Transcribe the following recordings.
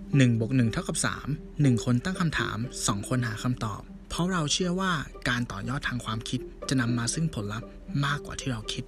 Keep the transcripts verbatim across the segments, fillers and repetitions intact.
หนึ่งบวกหนึ่งเท่ากับสาม หนึ่งคนตั้งคำถามสองคนหาคำตอบเพราะเราเชื่อว่าการต่อยอดทางความคิดจะนำมาซึ่งผลลัพธ์มากกว่าที่เราคิด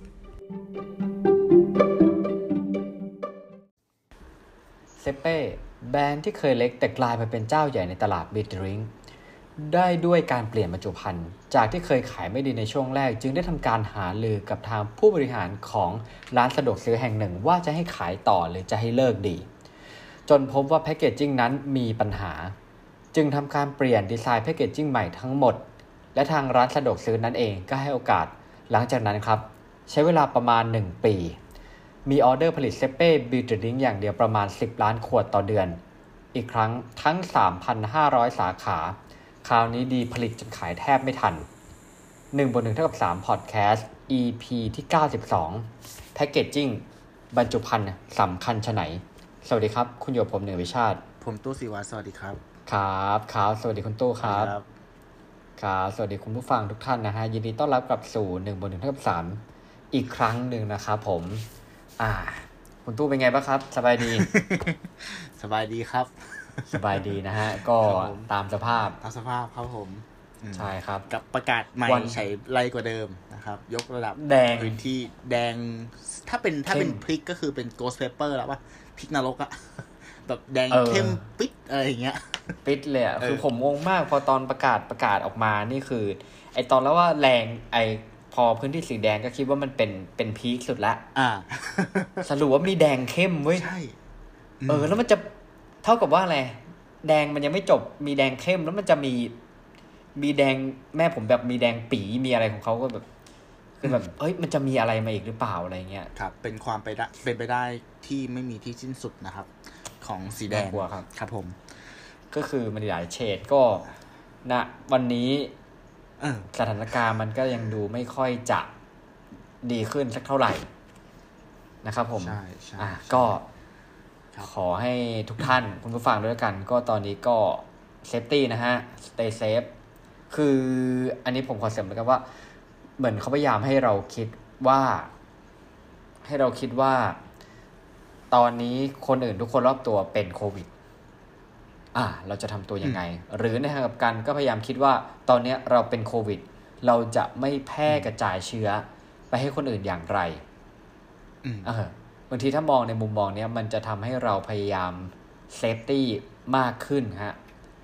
เซเป้แบรนด์ที่เคยเล็กแต่กลายมาเป็นเจ้าใหญ่ในตลาดบีทดริงก์ได้ด้วยการเปลี่ยนบรรจุภัณฑ์จากที่เคยขายไม่ดีในช่วงแรกจึงได้ทำการหารือกับทางผู้บริหารของร้านสะดวกซื้อแห่งหนึ่งว่าจะให้ขายต่อหรือจะให้เลิกดีจนพบว่าแพคเกจจิ้งนั้นมีปัญหาจึงทำการเปลี่ยนดีไซน์แพคเกจจิ้งใหม่ทั้งหมดและทางร้านสะดวกซื้อนั้นเองก็ให้โอกาสหลังจากนั้นครับใช้เวลาประมาณหนึ่งปีมีออเดอร์ผลิตเซเป้บีทดริงก์อย่างเดียวประมาณสิบล้านขวดต่อเดือนอีกครั้งทั้ง สามพันห้าร้อย สาขาคราวนี้ดีผลิตจนขายแทบไม่ทันหนึ่งบวกหนึ่งเท่ากับสาม Podcast อี พี ที่เก้าสิบสองแพคเกจจิ้งบรรจุภัณฑ์สำคัญชะไหนสวัสดีครับคุณโยผมเหนือวิชาติผมตู้ศิวะสวัสดีครับครับครับสวัสดีคุณตู้ครับครับสวัสดีคุณผู้ฟังทุกท่านนะฮะยินดีต้อนรับกลับสู่หนึ่งบวกหนึ่งเท่ากับสามอีกครั้งหนึ่งนะครับผมอ่าคุณตู้เป็นไงบ้างครับสบายดีสบายดีครับสบายดีนะฮะก็ตามสภาพตามสภาพครับผมใช่ครับกับประกาศใหม่ใช้ไล่กว่าเดิมนะครับยกระดับแดงพื้นที่แดงถ้าเป็นถ้าเป็นพริกก็คือเป็น Ghost Pepper แล้วว่าพริกนรกอะแบบแดงเข้มปิดอะไรอย่างเงี้ยปิดเลยอ่ะคือผมงงมากพอตอนประกาศประกาศออกมานี่คือไอตอนแล้วว่าแรงไอพอพื้นที่สีแดงก็คิดว่ามันเป็นเป็นพีคสุดละอ่าสรุปว่ามีแดงเข้มเว้ยใช่เออแล้วมันจะเท่ากับว่าอะไรแดงมันยังไม่จบมีแดงเข้มแล้วมันจะมีมีแดงแม่ผมแบบมีแดงปีมีอะไรของเขาก็แบบคือแบบเฮ้ยมันจะมีอะไรมาอีกหรือเปล่าอะไรเงี้ยครับเป็นความไปได้เป็นไปได้ที่ไม่มีที่สิ้นสุดนะครับของสีแดงครับครับผมก็คือมันหลายเฉดก็ณวันนี้สถานการณ์มันก็ยังดูไม่ค่อยจะดีขึ้นสักเท่าไหร่นะครับผมใช่ใช่ก็ขอให้ทุกท่านคุณผู้ฟังด้วยกันก็ตอนนี้ก็เซฟตี้นะฮะ stay safe คืออันนี้ผมขอเสริมนะครับว่าเหมือนเขาพยายามให้เราคิดว่าให้เราคิดว่าตอนนี้คนอื่นทุกคนรอบตัวเป็นโควิดอ่าเราจะทำตัวยังไงหรือในทางกลับกันก็พยายามคิดว่าตอนนี้เราเป็นโควิดเราจะไม่แพร่กระจายเชื้อไปให้คนอื่นอย่างไรเออบางทีถ้ามองในมุมมองนี้มันจะทำให้เราพยายามเซฟตี้มากขึ้นฮะ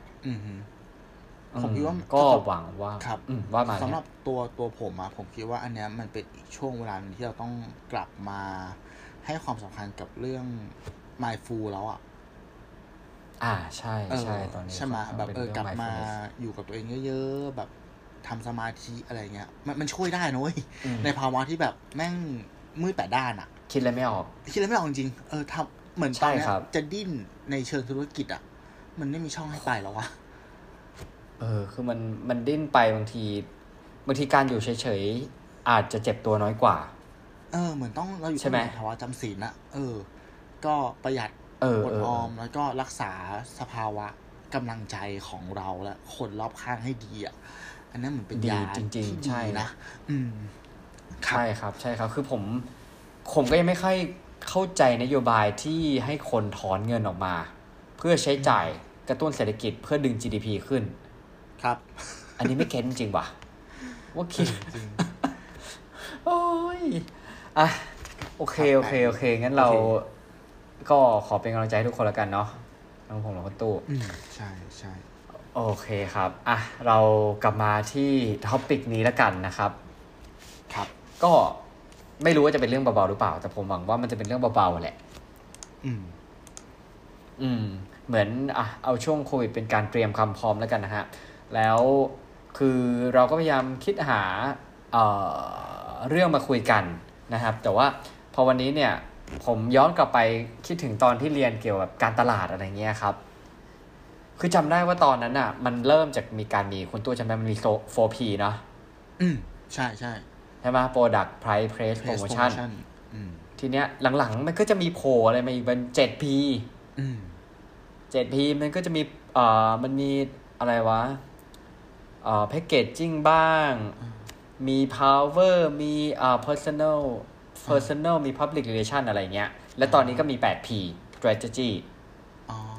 ผมคิดว่าก็หวังว่าว่ามาสำหรับตัวตัวผมอะผมคิดว่าอันนี้มันเป็นอีกช่วงเวลาที่เราต้องกลับมาให้ความสำคัญกับเรื่อง mindful แล้วอะอ่าใช่ใช่ตอนนี้ใช่ไหมแบบเออกลับมาอยู่กับตัวเองเยอะๆแบบทำสมาธิอะไรเงี้ยมันมันช่วยได้นะเว้ยในภาวะที่แบบแม่งมืดแปดด้านอะคิดอะไรไม่ออกคิดอะไรไม่ออกจริงๆเออทำเหมือนตอนนี้จะดิ้นในเชิงธุรกิจอะมันไม่มีช่องให้ไปแล้ววะเออคือมันมันดิ้นไปบางทีบางทีการอยู่เฉยๆอาจจะเจ็บตัวน้อยกว่าเออเหมือนต้องเราอยู่ในภาวะจำศีลนะเออก็ประหยัดอดออมแล้วก็รักษาสภาวะกำลังใจของเราและคนรอบข้างให้ดีอ่ะอันนั้นเหมือนเป็นยาจริงๆใช่นะอืมใช่ครับใช่ครับคือผมผมก็ยังไม่ค่อยเข้าใจนโยบายที่ให้คนถอนเงินออกมาเพื่อใช้จ่ายกระตุ้นเศรษฐกิจเพื่อดึง จี ดี พี ขึ้นครับอันนี้ไม่เก็ตจริงๆว่ะว่าคิดโอ้ยอ่ะโอเคโอเคโอเคงั้นเราก็ขอเป็นกำลังใจให้ทุกคนแล้วกันเนาะน้องผมและคุณตู้ใช่ใช่โอเคครับอ่ะเรากลับมาที่ท็อปิกนี้แล้วกันนะครับครับก็ไม่รู้ว่าจะเป็นเรื่องเบาๆหรือเปล่าแต่ผมหวังว่ามันจะเป็นเรื่องเบาๆแหละอืมอืมเหมือนอ่ะเอาช่วงโควิดเป็นการเตรียมความพร้อมแล้วกันนะฮะแล้วคือเราก็พยายามคิดหาเอ่อเรื่องมาคุยกันนะครับแต่ว่าพอวันนี้เนี่ยผมย้อนกลับไปคิดถึงตอนที่เรียนเกี่ยวกับการตลาดอะไรเงี้ยครับคือจำได้ว่าตอนนั้นอ่ะมันเริ่มจากมีการมีคุณตู้จำได้มันมี โฟร์ พี เนาะอืมใช่ใช่ใช่ไหม Product Price Place Promotion อืมทีเนี้ยหลังๆมันก็จะมีโผล่อะไรมาอีกเป็น เจ็ด พีอืมเจ็ด พี มันก็จะมีเอ่อมันมีอะไรวะเอ่อแพ็คเกจจิ้งบ้างมี power มีเอ่อ personal personal มี public relation อะไรเงี้ยและตอนนี้ก็มี แปด พี strategy อ๋อ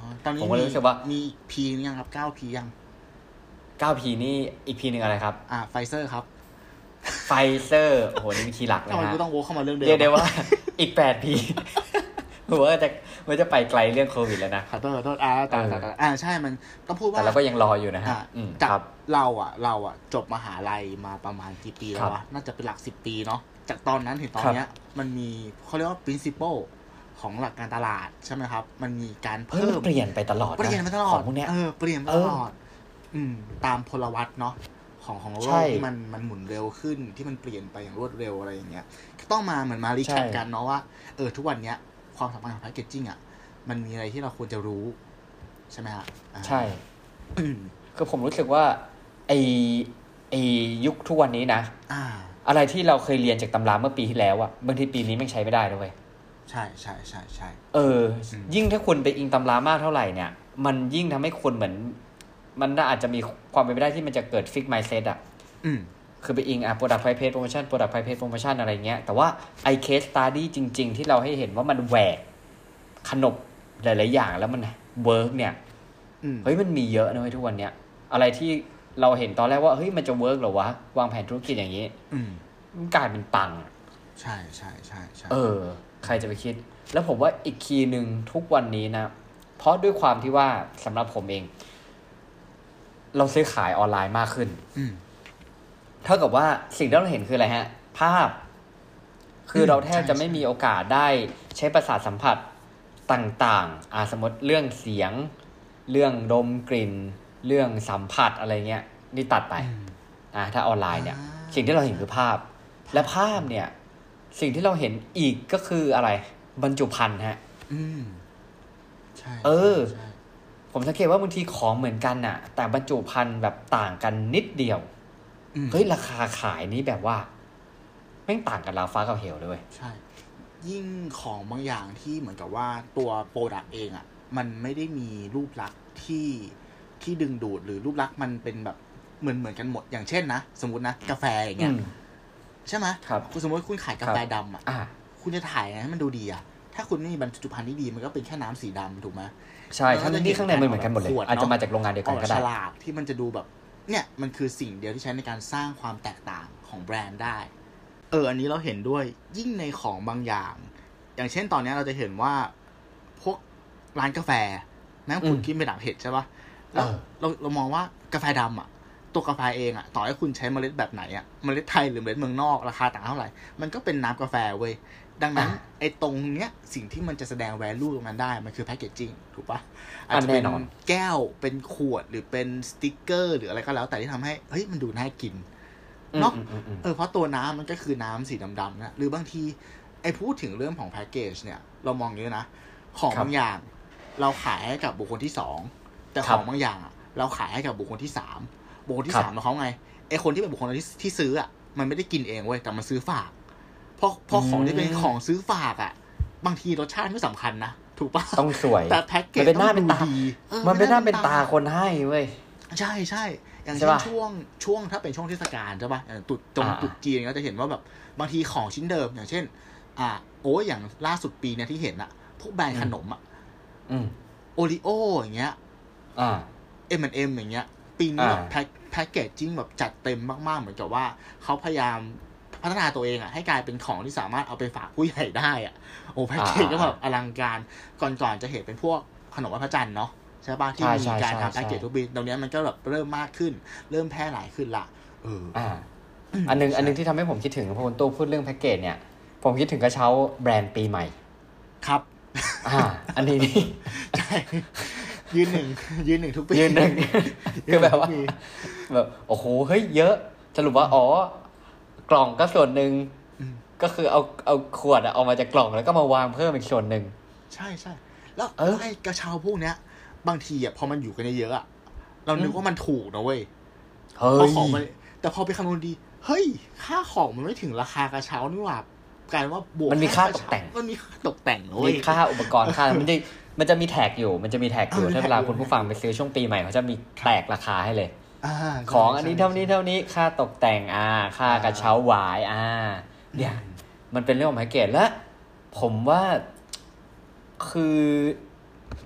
ตอนนี้ผมก็รู้สึกว่ามีพีนึงยังครับเก้าพียังเก้าพี นี่อีกพีนึงอะไรครับอ่าไฟเซอร์ครับไฟเซอร์โอ้โหนี่มีทีหลักเลยนะทำไมกูต้องโว้เข้ามาเรื่องเดิมเรียกได้ว่าอีกแปดพีผมว่าจะมันจะไปไกลเรื่องโควิดแล้วนะขอโทษขอโทษอ่าแต่อ่าใช่มันต้องพูดว่าแต่เราก็ยังรออยู่นะฮะจากเราอ่ะเราอ่ะจบมหาลัยมาประมาณกี่ปีแล้ววะน่าจะเป็นหลักสิบปีเนาะจากตอนนั้นถึงตอนเนี้ยมันมีเขาเรียกว่า principle ของหลักการตลาดใช่ไหมครับมันมีการเพิ่มเปลี่ยนไปตลอดเปลี่ยนไปตลอดของพวกเนี้ยเออเปลี่ยนไปตลอดอืมตามพลวัตเนาะของของโลกที่มันมันหมุนเร็วขึ้นที่มันเปลี่ยนไปอย่างรวดเร็วอะไรอย่างเงี้ยต้องมาเหมือนมารีแคปกันเนาะว่าเออทุกวันเนี้ยความสำคัญของแพคเกจจิ้งอ่ะมันมีอะไรที่เราควรจะรู้ใช่ไหมฮะใช่คือผมรู้สึกว่าไอไอยุคทุกวันนี้นะอ่าอะไรที่เราเคยเรียนจากตำราเมื่อปีที่แล้วอ่ะบางทีปีนี้ไม่ใช้ไม่ได้ด้วยใช่ใช่ใช่ใช่เออยิ่งถ้าคุณไปอิงตำรามากเท่าไหร่เนี่ยมันยิ่งทำให้คุณเหมือนมันอาจจะมีความเป็นไปได้ที่มันจะเกิดฟิกไมซ์เซตอ่ะคือไปอิงอ่ะ product price paid promotion product price paid promotion อะไรเงี้ยแต่ว่าไอ case study จริงๆที่เราให้เห็นว่ามันแหวกขนบหลายๆอย่างแล้วมันเวิร์กเนี่ยเฮ้ยมันมีเยอะนะเว้ยทุกวันเนี้ยอะไรที่เราเห็นตอนแรกว่าเฮ้ยมันจะเวิร์กหรอวะวางแผนธุรกิจอย่างนี้มันกลายเป็นปังใช่ใช่ใช่ใช่เออใครจะไปคิดแล้วผมว่าอีกคีย์หนึ่งทุกวันนี้นะเพราะด้วยความที่ว่าสำหรับผมเองเราซื้อขายออนไลน์มากขึ้นเท่ากับว่าสิ่งที่เราเห็นคืออะไรฮะภาพคือเราแทบจะไม่มีโอกาสได้ใช้ประสาทสัมผัสต่างๆอ่าสมมติเรื่องเสียงเรื่องดมกลิ่นเรื่องสัมผัสอะไรเงี้ยนี่ตัดไปอ่าถ้าออนไลน์เนี่ยสิ่งที่เราเห็นคือภาพและภาพเนี่ยสิ่งที่เราเห็นอีกก็คืออะไรบรรจุภัณฑ์ฮะอืมใช่เออผมสังเกตว่าบางทีของเหมือนกันน่ะแต่บรรจุภัณฑ์แบบต่างกันนิดเดียวเฮ้ยราคาขายนี้แบบว่าแม่งต่างกันราวฟ้ากับเหวเลยใช่ยิ่งของบางอย่างที่เหมือนกับว่าตัวโปรดักต์เองอ่ะมันไม่ได้มีรูปลักษณ์ที่ที่ดึงดูดหรือรูปลักษณ์มันเป็นแบบเหมือนเหมือนกันหมดอย่างเช่นนะสมมตินะกาแฟอย่างเงี้ยใช่ไหมครับคุณสมมติคุณขายกาแฟดำอ่ะคุณจะถ่ายไงให้มันดูดีอ่ะถ้าคุณไม่มีบรรจุภัณฑ์ที่ดีมันก็เป็นแค่น้ำสีดำถูกไหมใช่ทั้งที่ข้างในมันเหมือนกันหมดเลยอาจจะมาจากโรงงานเดียวกันก็ได้ฉลากที่มันจะดูแบบเนี่ยมันคือสิ่งเดียวที่ใช้ในการสร้างความแตกต่างของแบรนด์ได้เอออันนี้เราเห็นด้วยยิ่งในของบางอย่างอย่างเช่นตอนนี้เราจะเห็นว่าพวกร้านกาแฟแม้คุณคิดไปดักเห็ดใช่ป่ะแล้วเราเรามองว่ากาแฟดำอ่ะตัวกาแฟเองอ่ะต่อให้คุณใช้เมล็ดแบบไหนอ่ะเมล็ดไทยหรือเมล็ดเมืองนอกราคาต่างเท่าไหร่มันก็เป็นน้ำกาแฟเว้ยดังนั้นไอ้ตรงเนี้ยสิ่งที่มันจะแสดง value ตรงนั้นได้มันคือแพคเกจจิ้งถูกป่ะอาจจะเป็นแก้วเป็นขวดหรือเป็นสติ๊กเกอร์หรืออะไรก็แล้วแต่ที่ทำให้เฮ้ยมันดูน่ากินเนาะเออเพราะตัวน้ำมันก็คือน้ำสีดำๆนะหรือบางทีไอ้พูดถึงเรื่องของแพ็กเกจเนี่ยเรามองอย่างนี้นะของบางอย่างเราขายให้กับบุคคลที่สองแต่ของบางอย่างเราขายให้กับบุคคลที่สามบุคคลที่สามเขาไงไอ้คนที่เป็นบุคคลที่ที่ซื้ออ่ะมันไม่ได้กินเองเว้ยแต่มันซื้อฝากเพราะเพราะของที่เป็นของซื้อฝากอ่ะบางทีรสชาติไม่สำคัญนะถูกป่ะต้องสวยแต่แพ็กเกจมันเป็นหน้าเป็นตามันเป็นหน้าเป็นตาคนให้เว้ยใช่ใช่อย่างเช่นช่วงช่วงถ้าเป็นช่วงเทศกาลใช่ป่ะอย่างตุดจงตุดจีนก็จะเห็นว่าแบบบางทีของชิ้นเดิมอย่างเช่นอ่าโอ้อย่างล่าสุดปีเนี่ยที่เห็นอะพวกแบรนด์ขนมอะโอริโออย่างเงี้ยอ่าเอ็ม แอนด์ เอ็ม อย่างเงี้ยปีนี้แบบแพ็คแพ็คเกจจิ้งแบบจัดเต็มมากๆเหมือนกับว่าเขาพยายามพัฒนาตัวเองอะให้กลายเป็นของที่สามารถเอาไปฝากผู้ใหญ่ได้อะโอ้แพ็คเกจก็แบบอลังการก่อนๆจะเห็นเป็นพวกขนมไหว้พระจันทร์เนาะใช่ป่ะที่มีการทำแพ็คเกจทุกปีตรงนี้มันก็แบบเริ่มมากขึ้นเริ่มแพร่หลายขึ้นละเอออ่าอันนึงอันนึงที่ทำให้ผมคิดถึงพอคุณตู้พูดเรื่องแพ็กเกจเนี่ยผมคิดถึงกระเช้าแบรนด์ปีใหม่ครับอ่าอันนี้นี่ใช่ยืนหนึ่งยืนหนึ่งทุกปียืนหนึ่งคือแบบว่าแบบโอ้โหเฮ้ยเยอะสรุปว่าอ๋อกล่องก็ส่วนหนึ่งก็คือเอาเอาขวดอะออกมาจากกล่องแล้วก็มาวางเพิ่มอีกส่วนหนึ่งใช่ใช่แล้วไอ้กระเช้าพวกเนี้ยบางทีอะพอมันอยู่กันเยอะอะเรานึกว่ามันถูกนะเว้ยเฮ้ยของมันแต่พอไปคำนวณดีเฮ้ยค่าของมันไม่ถึงราคากระเช้านี่หว่ากลายว่าบวกมันมีค่าตกแต่งมันมีค่าตกแต่งมีค่าอุปกรณ์ค่ามันจะมันจะมีแท็กอยู่มันจะมีแท็กอยู่ถ้าเวลาคุณผู้ฟังไปซื้อช่วงปีใหม่เขาจะมีแตกราคาให้เลยของอันนี้เท่านี้เท่านี้ค่าตกแต่งอ่าค่ากระเช้าหวายอ่าเนี่ยมันเป็นเรื่องของแพ็กเกจและผมว่าคือ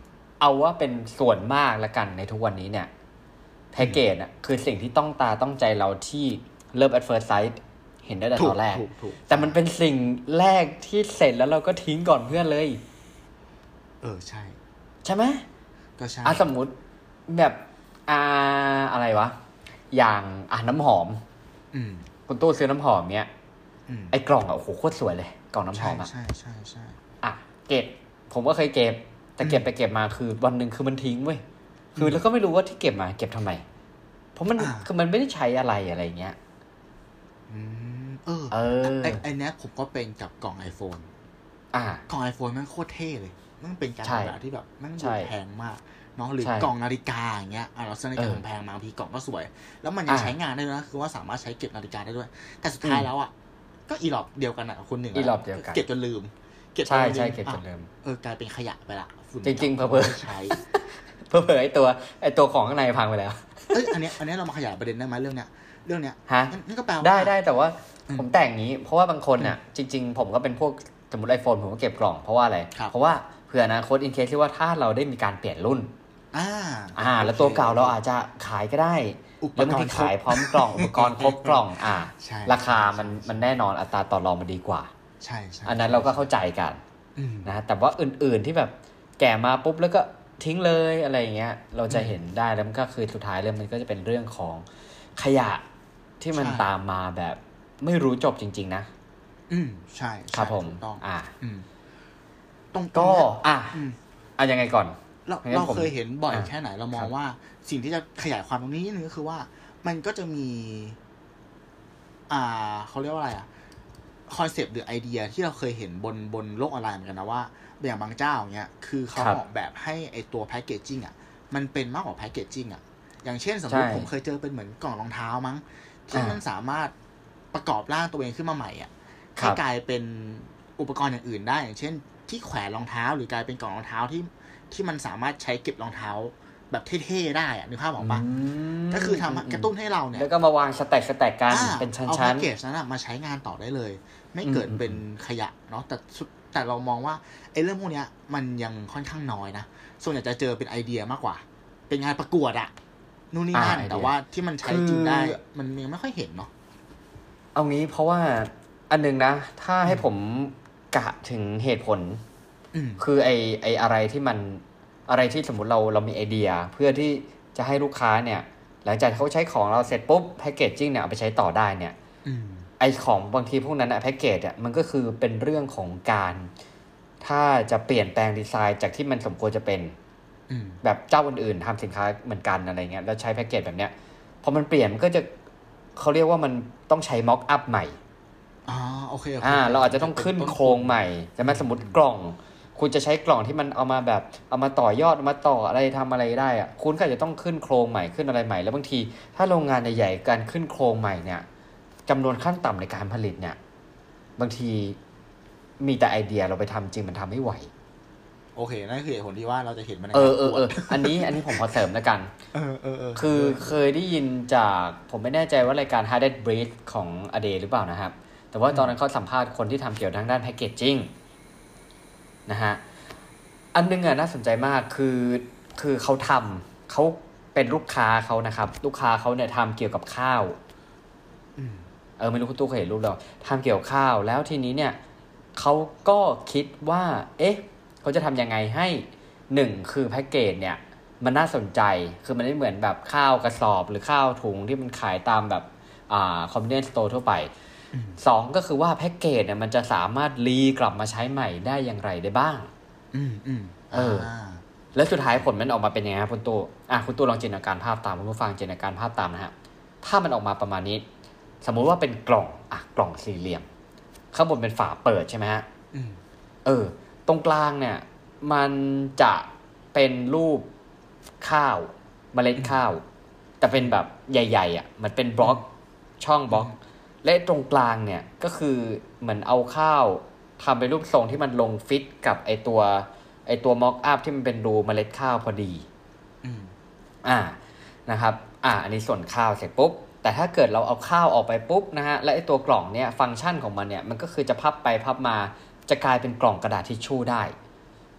เอาว่าเป็นส่วนมากละกันในทุกวันนี้เนี่ยแพ็กเกจอ่ะคือสิ่งที่ต้องตาต้องใจเราที่เริ่ม at first sight เห็นได้แต่ตอนแรกแต่มันเป็นสิ่งแรกที่เสร็จแล้วเราก็ทิ้งก่อนเพื่อนเลยเออใช่ใช่ไหมก็ใช่อ่ะสมมุติแบบอ่าอะไรวะอย่างอ่ะน้ำหอมอืมคุณตู้ซื้อน้ำหอมเนี้ยไอ้กล่องอ่ะโอ้โหโคตรสวยเลยกล่องน้ำหอมอ่ะใช่ใช่ใช่อ่ะเก็บผมก็เคยเก็บแต่เก็บไปเก็บมาคือวันหนึ่งคือมันทิ้งเว้ยคือแล้วก็ไม่รู้ว่าที่เก็บมาเก็บทำไมเพราะมันคือมันไม่ได้ใช้อะไรอะไรเงี้ยอืมเออเออไอ้ไอ้เนี้ยผมก็เป็นกับกล่อง iPhone อ่ากล่อง iPhone มันโคตรเท่เลยมันเป็นการตลาดที่แบบมันดูแพงมากเนาะหรือกล่องนาฬิกาอย่างเงี้ยอ่ะเราซื้อนาฬิกาแพงมาบางทีกล่องก็สวยแล้วมันยังใช้งานได้ด้วยนะคือว่าสามารถใช้เก็บนาฬิกาได้ด้วยแต่สุดท้ายแล้วอ่ะก็อีหลอบเดียวกันอ่ะคุณหนึ่งอีหลอบเดียวกันเก็บจนลืมเก็บใช่ใช่เก็บจนลืมเออกลายเป็นขยะไปละจริงๆเผลอๆใช้เผลอๆไอ้ตัวไอ้ตัวของข้างในพังไปแล้วเอ้ยอันเนี้ยอันเนี้ยเรามาขยายประเด็นได้ไหมเรื่องเนี้ยเรื่องเนี้ยฮะนี่ก็แปลว่าได้ได้แต่ว่าผมแต่งนี้เพราะว่าบางคนน่ะจริงๆผมก็เป็นพวกสมมุติ iPhone ผมก็เก็บกล่องเพราะว่าอะไรเพราะว่าเผื่ออนาคต in case ที่ว่าถ้าเราได้มีการเปลี่ยนรุ่นอ่าอ่าแล้วตัวเก่าเราอาจจะขายก็ได้แล้วบางทีขายพร้อมกล่องอุปกรณ์ครบกล่องอ่าราคามันมันแน่นอนอัตราต่อรองมันดีกว่าใช่ๆอันนั้นเราก็เข้าใจกันนะแต่ว่าอื่นๆที่แบบแก่มาปุ๊บแล้วก็ทิ้งเลยอะไรอย่างเงี้ยเราจะเห็นได้แล้วมันก็คือสุดท้ายแล้วมันก็จะเป็นเรื่องของขยะที่มันตามมาแบบไม่รู้จบจริงๆนะอืมใช่ครับผมต้องอ่าอืมตรงก็อ่ะอ่ะยังไงก่อนเราเราเคยเห็นบ่อยแค่ไหนเรามองว่าสิ่งที่จะขยายความตรงนี้นิดนึงก็คือว่ามันก็จะมีอ่าเขาเรียกว่าอะไรอ่ะคอนเซปต์หรือไอเดียที่เราเคยเห็นบนบนโลกออนไลน์เหมือนกันนะว่าอย่างบางเจ้าเงี้ยคือเขาออกแบบให้ไอตัวแพคเกจจิ้งอ่ะมันเป็นมากกว่าแพคเกจจิ้งอ่ะอย่างเช่นสมมติผมเคยเจอเป็นเหมือนกล่องรองเท้ามั้งที่มันสามารถประกอบร่างตัวเองขึ้นมาใหม่อ่ะให้กลายเป็นอุปกรณ์อย่างอื่นได้อย่างเช่นที่แขวนรองเท้าหรือกลายเป็นกล่องรองเท้าที่ที่มันสามารถใช้เก็บรองเท้าแบบเท่ๆได้อ่ะนึกภาพออกปะก็คือทำกระตุ้นให้เราเนี่ยแล้วก็มาวางสแต็กสแต็กกันเป็นชั้นๆเอาแพ็กเกจนั้นมาใช้งานต่อได้เลยไม่เกิดเป็นขยะเนาะแต่แต่เรามองว่าไอ้เรื่องพวกนี้มันยังค่อนข้างน้อยนะส่วนใหญ่จะเจอเป็นไอเดียมากกว่าเป็นงานประกวดอะนู่นนี่นั่นแต่ว่าที่มันใช้จริงได้มันยังไม่ค่อยเห็นเนาะเอางี้เพราะว่าอันนึงนะถ้าให้ผมกะถึงเหตุผลคือไอไออะไรที่มันอะไรที่สมมุติเราเรามีไอเดียเพื่อที่จะให้ลูกค้าเนี่ยหลังจากเขาใช้ของเราเสร็จปุ๊บแพคเกจจิ้งเนี่ยเอาไปใช้ต่อได้เนี่ยไอของบางทีพวกนั้นอะแพคเกจอะมันก็คือเป็นเรื่องของการถ้าจะเปลี่ยนแปลงดีไซน์จากที่มันสมควรจะเป็นแบบเจ้าอื่นๆทำสินค้าเหมือนกันอะไรเงี้ยแล้วใช้แพคเกจแบบเนี้ยพอมันเปลี่ยนมันก็จะเขาเรียกว่ามันต้องใช้ม็อกอัพใหม่อ่าโอเคอ่าเราอาจจะต้องขึ้นโครงใหม่ใช่ไหมสมมติกล่องคุณจะใช้กล่องที่มันเอามาแบบเอามาต่อยอดเอามาต่ออะไรทำอะไรได้อะคุณก็อาจจะต้องขึ้นโครงใหม่ขึ้นอะไรใหม่แล้วบางทีถ้าโรงงานใหญ่ๆการขึ้นโครงใหม่เนี่ยจำนวนขั้นต่ำในการผลิตเนี่ยบางทีมีแต่ไอเดียเราไปทำจริงมันทำไม่ไหวโอเคนั่นคือเหตุผลที่ว่าเราจะเห็นมันเออเออเอออันนี้อันนี้ผมขอเสริมแล้วกันเออเออเออคือเคยได้ยินจากผมไม่แน่ใจว่ารายการ Hardest Breed ของอเดหรือเปล่านะครับแต่ว่าตอนนั้นเขาสัมภาษณ์คนที่ทำเกี่ยวทางด้านแพคเกจจิ้งนะฮะอันนึงอ่ะน่าสนใจมากคือคือเขาทำเขาเป็นลูกค้าเขานะครับลูกค้าเขาเนี่ยทำเกี่ยวกับข้าวเออไม่รู้คุณตู้เคยเห็นรูปเราทำเกี่ยวข้าวแล้วทีนี้เนี่ยเขาก็คิดว่าเอ๊ะเขาจะทำยังไงให้หนึ่งคือแพ็กเกจเนี่ยมันน่าสนใจคือมันไม่เหมือนแบบข้าวกระสอบหรือข้าวถุงที่มันขายตามแบบอ่าคอมมิวนิสต์สโตร์ทั่วไปสองก็คือว่าแพ็กเกจเนี่ยมันจะสามารถรีกลับมาใช้ใหม่ได้อย่างไรได้บ้างอืมอืมเออแล้วสุดท้ายผลมันออกมาเป็นยังไงครับคุณตู้อ่ะคุณตู้ลองจินตนาการภาพตามคุณผู้ฟังจินตนาการภาพตามนะฮะถ้ามันออกมาประมาณนี้สมมุติว่าเป็นกล่องอ่ะกล่องสี่เหลี่ยมข้างบนเป็นฝาเปิดใช่ไหมฮะเออตรงกลางเนี่ยมันจะเป็นรูปข้าวเมล็ดข้าวแต่เป็นแบบใหญ่ๆอ่ะมันเป็นบล็อกช่องบล็อกและตรงกลางเนี่ยก็คือเหมือนเอาข้าวทำเป็นรูปทรงที่มันลงฟิตกับไอตัวไอตัวม็อกอัพที่มันเป็นรูเมล็ดข้าวพอดีอ่านะครับอ่าอันนี้ส่วนข้าวเสร็จปุ๊บแต่ถ้าเกิดเราเอาข้าวออกไปปุ๊บนะฮะและไอตัวกล่องเนี่ยฟังก์ชันของมันเนี่ยมันก็คือจะพับไปพับมาจะกลายเป็นกล่องกระดาษทิชชู่ได้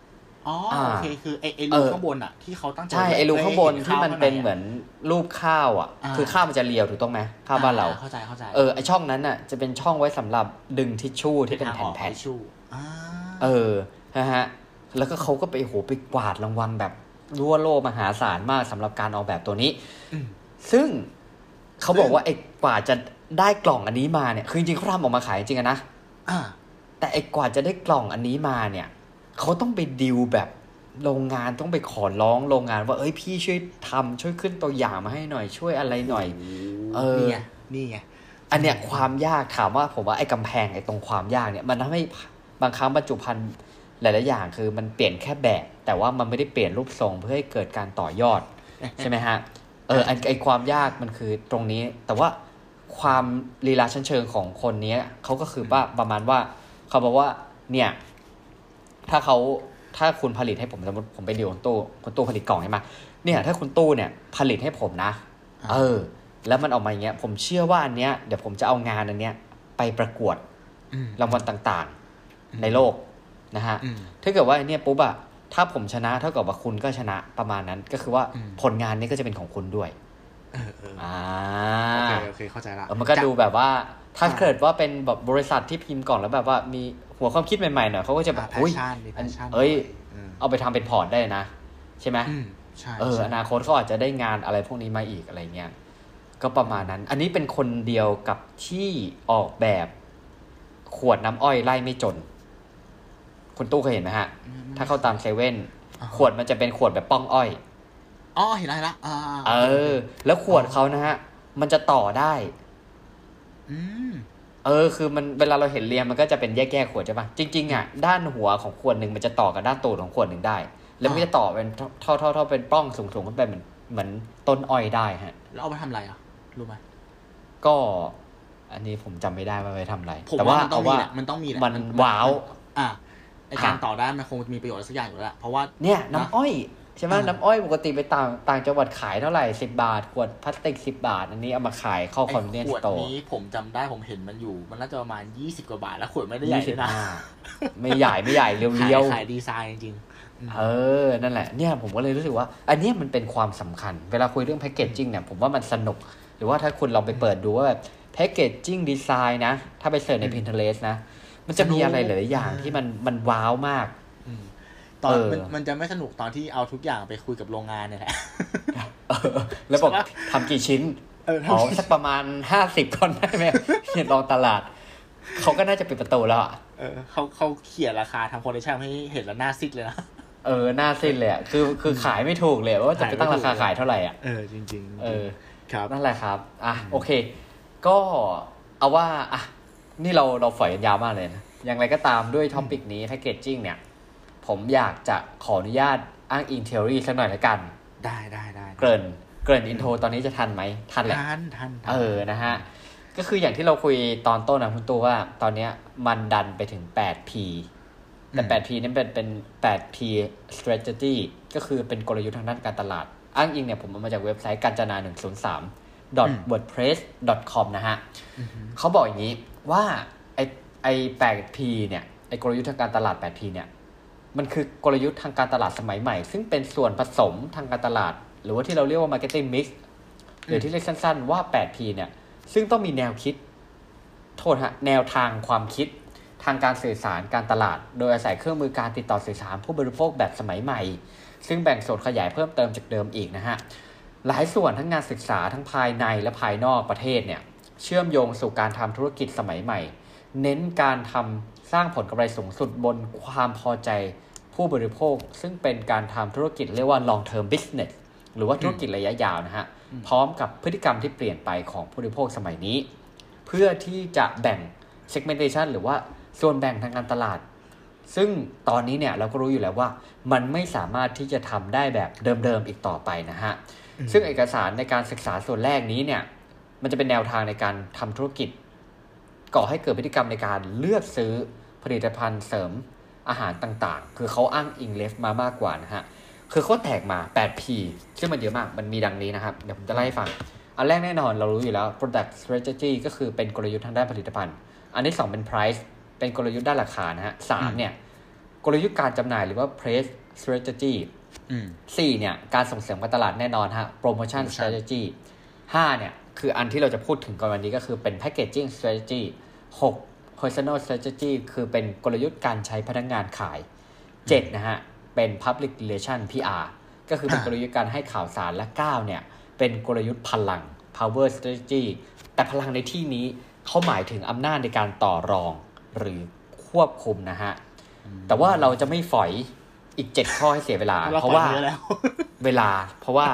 อ๋อโอเคคือไอ้ไอ้รูข้างบนอ่ะที่เขาตั้งใจใช่ไอ้รูข้างบนที่มันเป็นเหมือนรูปข้าวอ่ะคือข้าวมันจะเรียวถูกต้องไหมข้าวบ้านเราเข้าใจเข้าใจเออไอ้ช่องนั้นน่ะจะเป็นช่องไว้สำหรับดึงทิชชู่ที่เป็นแผ่นๆทิชชู่เออนะฮะแล้วก็เขาก็ไปโหไปกวาดรางวัลแบบรั่วโลมหาศาลมากสำหรับการออกแบบตัวนี้ซึ่งเขาบอกว่าไอ้กว่าจะได้กล่องอันนี้มาเนี่ยคือจริงๆเขาทำออกมาขายจริงๆนะแต่ไอ้กว่าจะได้กล่องอันนี้มาเนี่ยเขาต้องไปดิวแบบโรงงานต้องไปขอร้องโรงงานว่าเอ้ยพี่ช่วยทำช่วยขึ้นตัวอย่างมาให้หน่อยช่วยอะไรหน่อยเออนี่ไงนี่ไงอันเนี้ยความยากถามว่าผมว่าไอ้กำแพงไอ้ตรงความยากเนี่ยมันทำให้บางครั้งบรรจุภัณฑ์หลายๆอย่างคือมันเปลี่ยนแค่แบบแต่ว่ามันไม่ได้เปลี่ยนรูปทรงเพื่อให้เกิดการต่อยอดใช่ไหมฮะเออไอ้ความยากมันคือตรงนี้แต่ว่าความลีลาชั้นเชิงของคนนี้เขาก็คือว่าประมาณว่าเขาบอกว่าเนี่ยถ้าเขาถ้าคุณผลิตให้ผมสมมติผมไปดีลคุณตู้คุณตู้ผลิตกล่องให้มาเนี่ยถ้าคุณตู้เนี่ยผลิตให้ผมนะเออแล้วมันออกมาอย่างเงี้ยผมเชื่อว่าอันเนี้ยเดี๋ยวผมจะเอางานอันเนี้ยไปประกวดรางวัลต่างๆในโลกนะฮะถ้าเกิดว่าเนี่ยปุ๊บอะถ้าผมชนะเท่ากับว่าคุณก็ชนะประมาณนั้นก็คือว่าผลงานนี้ก็จะเป็นของคุณด้วยเออเอออ่าโอเคโอเคเข้าใจละมันก็ดูแบบว่าถ้าเกิดว่าเป็นแบบบริษัทที่พิมพ์ก่อนแล้วแบบว่ามีหัวความคิดใหม่ๆหน่อยเขาก็จะแบบอุ้ยเอ้ยเอาไปทำเป็นพอร์ตได้นะใช่ไหมใช่เอออนาคตเขาอาจจะได้งานอะไรพวกนี้มาอีกอะไรเงี้ยก็ประมาณนั้นอันนี้เป็นคนเดียวกับที่ออกแบบขวดน้ำอ้อยไล่ไม่จนคุณตู้เคยเห็นไหมฮะถ้าเข้าตามเซเว่นขวดมันจะเป็นขวดแบบป้องอ้อยอ๋อเห็นอะไรละเออแล้วขวดเขานะฮะมันจะต่อได้อืมเออคือมันเวลาเราเห็นเรียงมันก็จะเป็นแยกๆขวดใช่ป่ะจริงๆอ่ะด้านหัวของขวดหนึ่งมันจะต่อกับด้านตูดของขวดหนึ่งได้แล้วมันจะต่อเป็นเท่าๆๆเป็นปล้องสูงๆขึ้นไปเหมือนเหมือนต้นอ้อยได้ฮะแล้วเอาไปทำอะไรอ่ะรู้ไหมก็อันนี้ผมจำไม่ได้ว่าไปทำอะไรแต่ว่าเอาว่ามันต้องมีมันว้าวอ่ะไอการต่อได้มันคงมีประโยชน์สักอย่างอยู่แล้วเพราะว่าเนี่ยน้ำอ้อยใช่ไหมน้ำอ้อยปกติไปต่างต่างจังหวัดขายเท่าไหร่สิบบาทขวดพลาสติกสิบบาทอันนี้เอามาขายเข้าคอนเวเนนซ์สโตร์ขวดนี้ผมจำได้ผมเห็นมันอยู่มันน่าจะประมาณยี่สิบกว่าบาทแล้วขวดไม่ได้ใหญ่เลยนะไม่ใหญ่ไม่ใหญ่เรียวๆขายดีไซน์จริงๆเออนั่นแหละเนี่ยผมก็เลยรู้สึกว่าอันนี้มันเป็นความสำคัญเวลาคุยเรื่องแพคเกจจิ้งเนี่ยผมว่ามันสนุกหรือว่าถ้าคุณลองไปเปิดดูว่าแบบแพคเกจจิ้งดีไซน์นะถ้าไปเสิร์ชใน Pinterest นะมันจะมีอะไรหลายอย่างที่มันมันว้าวมากตอนมันมันจะไม่สนุกตอนที่เอาทุกอย่างไปคุยกับโรงงานเนี่ยแหละแล้วบอกทำกี่ชิ้นอ๋อสักประมาณห้าสิบคนได้ไหมเนี่ยลองตลาดเขาก็น่าจะปิดประตูแล้วอ่ะเออเขาเขาเขียนราคาทำโปรดักชั่นให้เห็นแล้วหน้าซิดเลยนะเออหน้าซิดเลยอ่ะคือคือขายไม่ถูกเลยว่าจะไปตั้งราคาขายเท่าไหร่อ่ะเออจริงๆเออครับนั่นแหละครับอ่ะโอเคก็เอาว่าอ่ะนี่เราเราฝอยกันยาวมากเลยนะอย่างไรก็ตามด้วยท็อปิกนี้แพคเกจจิ้งเนี่ยผมอยากจะขออนุญาตอ้างอิงเทอรี่สักหน่อยละกันได้ได้ได้เกริ่นเกริ่นอินโทรตอนนี้จะทันไหมทันแหละทันทันเออนะฮะก็คืออย่างที่เราคุยตอนต้นนะคุณตัวว่าตอนนี้มันดันไปถึง แปด พี แต่ แปด พี นี่เป็นเป็น แปด พี strategy ก็คือเป็นกลยุทธ์ทางด้านการตลาดอ้างอิงเนี่ยผมเอามาจากเว็บไซต์กาญจนาหนึ่งศูนย์สาม วอร์ดเพรส ดอท คอม นะฮะเขาบอกอย่างนี้ว่าไอไอ แปด พี เนี่ยไอกลยุทธ์ทางการตลาด แปด พี เนี่ยมันคือกลยุทธ์ทางการตลาดสมัยใหม่ซึ่งเป็นส่วนผสมทางการตลาดหรือว่าที่เราเรียกว่า marketing mix หรือที่เรียกสั้นๆว่า แปด พี เนี่ยซึ่งต้องมีแนวคิดโทษฮะแนวทางความคิดทางการสื่อสารการตลาดโดยอาศัยเครื่องมือการติดต่อสื่อสารผู้บริโภคแบบสมัยใหม่ซึ่งแบ่งส่วนขยายเพิ่มเติมจากเดิมอีกนะฮะหลายส่วนทั้งงานศึกษาทั้งภายในและภายนอกประเทศเนี่ยเชื่อมโยงสู่การทำธุรกิจสมัยใหม่เน้นการทำสร้างผลกำไรสูงสุดบนความพอใจผู้บริโภคซึ่งเป็นการทำธุรกิจเรียกว่า long term business หรือว่าธุรกิจระยะยาวนะฮะพร้อมกับพฤติกรรมที่เปลี่ยนไปของผู้บริโภคสมัยนี้เพื่อที่จะแบ่ง segmentation หรือว่าส่วนแบ่งทางการตลาดซึ่งตอนนี้เนี่ยเราก็รู้อยู่แล้วว่ามันไม่สามารถที่จะทำได้แบบเดิมๆอีกต่อไปนะฮะซึ่งเอกสารในการศึกษาส่วนแรกนี้เนี่ยมันจะเป็นแนวทางในการทำธุรกิจก่อให้เกิดพฤติกรรมในการเลือกซื้อผลิตภัณฑ์เสริมอาหารต่างๆคือเขาอ้างอิงเลฟมามากกว่านะฮะคือเขาแตกมา แปด พี ซึ่งมันเยอะมากมันมีดังนี้นะครับเดี๋ยวผมจะไล่ให้ฟังอันแรกแน่นอนเรารู้อยู่แล้ว product strategy ก็คือเป็นกลยุทธ์ทางด้านผลิตภัณฑ์อันที่สองเป็น price เป็นกลยุทธ์ด้านราคานะฮะสามเนี่ยกลยุทธ์การจำหน่ายหรือว่า price strategy สี่เนี่ยการส่งเสริมการตลาดแน่นอนฮะ promotion strategy ห้าเนี่ยคืออันที่เราจะพูดถึงกันวันนี้ก็คือเป็น packaging strategy หก personal strategy คือเป็นกลยุทธ์การใช้พนักงานขายเจ็ดนะฮะเป็น public relation พี อาร์ ก็คือเป็นกลยุทธ์การให้ข่าวสารและเก้าเนี่ยเป็นกลยุทธ์พลัง power strategy แต่พลังในที่นี้เขาหมายถึงอำนาจในการต่อรองหรือควบคุมนะฮะแต่ว่าเราจะไม่ฝอยอีกเจ็ดข้อให้เสียเวลาเพราะว่าเวลาเพราะว่า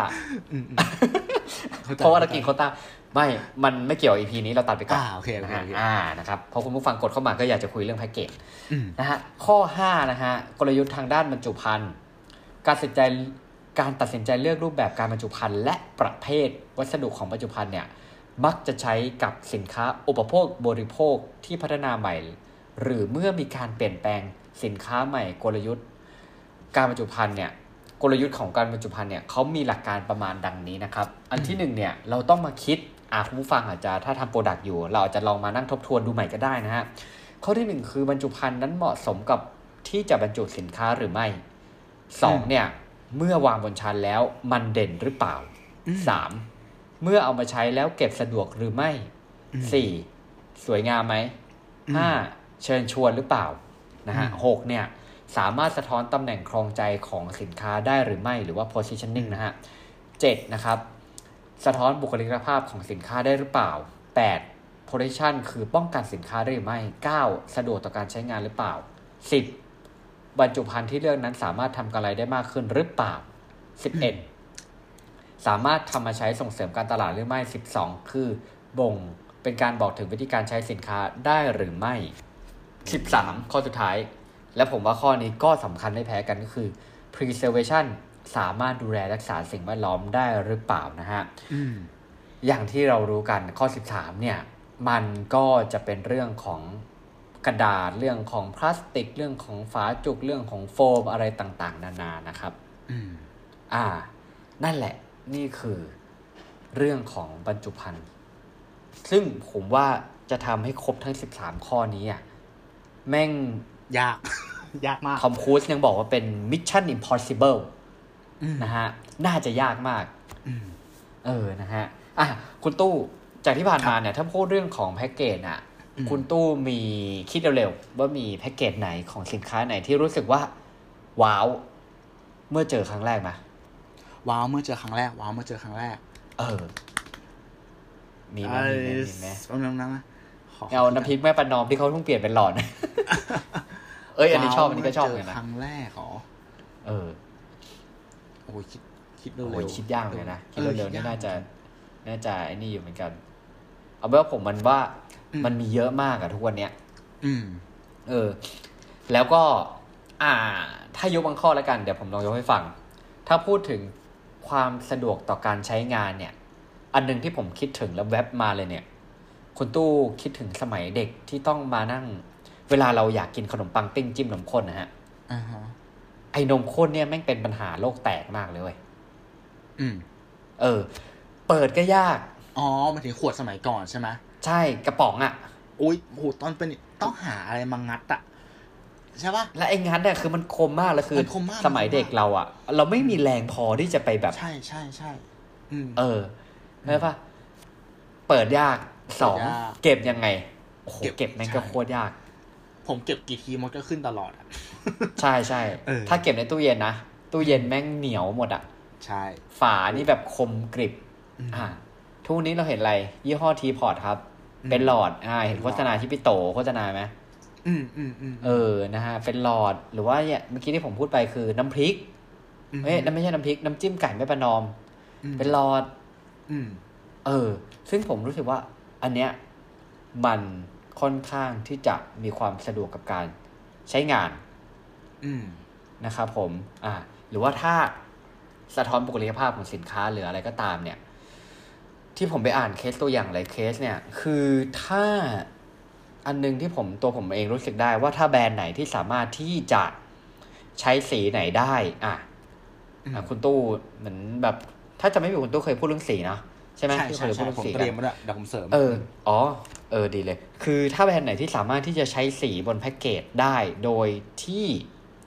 เพราะว่าเรากินโควต้าไม่มันไม่เกี่ยว อี พี นี้เราตัดไปก่อนอ่าโอเคโอเคอ่านะครับเพราะคุณผู้ฟังกดเข้ามาก็อยากจะคุยเรื่องแพ็กเกจนะฮะข้อห้านะฮะกลยุทธ์ทางด้านบรรจุภัณฑ์การตัดสินใจการตัดสินใจเลือกรูปแบบการบรรจุภัณฑ์และประเภทวัสดุของบรรจุภัณฑ์เนี่ยมักจะใช้กับสินค้าอุปโภคบริโภคที่พัฒนาใหม่หรือเมื่อมีการเปลี่ยนแปลงสินค้าใหม่กลยุทธ์การบรรจุภัณฑ์เนี่ยกลยุทธ์ของการบรรจุภัณฑ์เนี่ยเขามีหลักการประมาณดังนี้นะครับอันที่หนึ่งเนี่ยเราต้องมาคิดอ่ะคุณผู้ฟังอาจจะถ้าทำโปรดักต์อยู่เราอาจจะลองมานั่งทบทวนดูใหม่ก็ได้นะฮะข้อที่หนึ่งคือบรรจุภัณฑ์นั้นเหมาะสมกับที่จะบรรจุสินค้าหรือไม่สองเนี่ยเมื่อวางบนชั้นแล้วมันเด่นหรือเปล่าสามเมื่อเอามาใช้แล้วเก็บสะดวกหรือไม่สี่สวยงามไหมห้าเชิญชวนหรือเปล่านะฮะหกเนี่ยสามารถสะท้อนตำแหน่งครองใจของสินค้าได้หรือไม่หรือว่า positioning นะฮะเจ็ดนะครับสะท้อนบุคลิกภาพของสินค้าได้หรือเปล่าแปด protection คือป้องกันสินค้าได้หรือไม่เก้าสะดวกต่อการใช้งานหรือเปล่าสิบบรรจุภัณฑ์ที่เลือกนั้นสามารถทำกำไรได้มากขึ้นหรือเปล่าสิบเอ็ดสามารถทำมาใช้ส่งเสริมการตลาดหรือไม่สิบสองคือบ่งเป็นการบอกถึงวิธีการใช้สินค้าได้หรือไม่สิบสามข้อสุดท้ายและผมว่าข้อนี้ก็สำคัญไม่แพ้กันก็คือ preservation สามารถดูแลรักษาสิ่งแวดล้อมได้หรือเปล่านะฮะ อ, อย่างที่เรารู้กันข้อสิบสามเนี่ยมันก็จะเป็นเรื่องของกระดาษเรื่องของพลาสติกเรื่องของฝาจุกเรื่องของโฟมอะไรต่างๆนานานะครับออ่านั่นแหละนี่คือเรื่องของบรรจุภัณฑ์ซึ่งผมว่าจะทำให้ครบทั้งสิบสามข้อนี้อ่ะแม่งยาก ยากมากทอมครูซยังบอกว่าเป็น Mission Impossible นะฮะน่าจะยากมากเออนะฮะอ่ะคุณตู้จากที่ผ่านมาเนี่ยถ้าพูดเรื่องของแพ็กเกจอ่ะคุณตู้มีคิดเร็วๆว่ามีแพ็กเกจไหนของสินค้าไหนที่รู้สึกว่าว้าวเมื่อเจอครั้งแรกไหมว้าวเมื่อเจอครั้งแรกว้าวเมื่อเจอครั้งแรกเออมีไหมมีไหมมีไหมเอาน้ำนะเอาน้ำพริกแม่ประนอมที่เขาเพิ่งเปลี่ยนเป็นหลอดเอ้ยอันนี้ชอบอันนี้ก็ชอบเหมือนกันนะครั้งแรกเหรอเออโอ้ยคิดคิดเร็วโอ้ยคิดยากเลยนะคิดเร็วๆนี่น่าจะน่าจะไอ้นี่อยู่เหมือนกันเอาเป็นว่าผมมันว่ามันมีเยอะมากอะทุกวันเนี้ยอืมเออแล้วก็อ่าถ้ายกบางข้อแล้วกันเดี๋ยวผมลองยกให้ฟังถ้าพูดถึงความสะดวกต่อการใช้งานเนี่ยอันนึงที่ผมคิดถึงแล้วแวบมาเลยเนี่ยคุณตู้คิดถึงสมัยเด็กที่ต้องมานั่งเวลาเราอยากกินขนมปังปิ้งจิ้มนมข้นนะฮะอ่าฮะไอ้นมข้นเนี่ยแม่งเป็นปัญหาโลกแตกมากเลยเว้ยอืมเออเปิดก็ยากอ๋อมาถึงขวดสมัยก่อนใช่ไหมใช่กระป๋องอ่ะอุ้ยโหตอนเป็นต้องหาอะไรมางัดอ่ะใช่ป่ะและไอ้งัดเนี่ยคือมันคมมากเลยคือสมัยเด็กเราอ่ะเราไม่มีแรงพอที่จะไปแบบใช่ใช่ใช่อืมเออใช่ป่ะเปิดยากสองเก็บยังไงโอ้โหเก็บแม่งก็โคตรยากผมเก็บกี่ทีมันก็ขึ้นตลอดอ่ะใช่ใช่ถ้าเก็บในตู้เย็นนะตู้เย็นแม่งเหนียวหมดอ่ะใช่ฝานี่แบบคมกริบอ่าทุกนี้เราเห็นอะไรยี่ห้อทีพอร์ตครับเป็นหลอดอ่าเห็นโฆษณาที่พี่โตโฆษณาไหมอืมอืมอืมเออนะฮะเป็นหลอดหรือว่าเนี่ยเมื่อกี้ที่ผมพูดไปคือน้ำพริกเอ้ยนั่นไม่ใช่น้ำพริกน้ำจิ้มไก่แม่ประนอมเป็นหลอดอืมเออซึ่งผมรู้สึกว่าอันเนี้ยมันค่อนข้างที่จะมีความสะดวกกับการใช้งานอืมนะครับผมอ่าหรือว่าถ้าสะท้อนบุคลิกภาพของสินค้าหรืออะไรก็ตามเนี่ยที่ผมไปอ่านเคสตัวอย่างหลายเคสเนี่ยคือถ้าอันนึงที่ผมตัวผมเองรู้สึกได้ว่าถ้าแบรนด์ไหนที่สามารถที่จะใช้สีไหนได้อ่ะอ่ะคุณตู้เหมือนแบบถ้าจะไม่ผิดคุณตู้เคยพูดเรื่องสีนะใช่ไหมใช่ใช่ผมเตรียมมาด้วยเดี๋ยวผมเสริมเอออ๋อเออดีเลยคือถ้าแบรนด์ไหนที่สามารถที่จะใช้สีบนแพ็กเกจได้โดยที่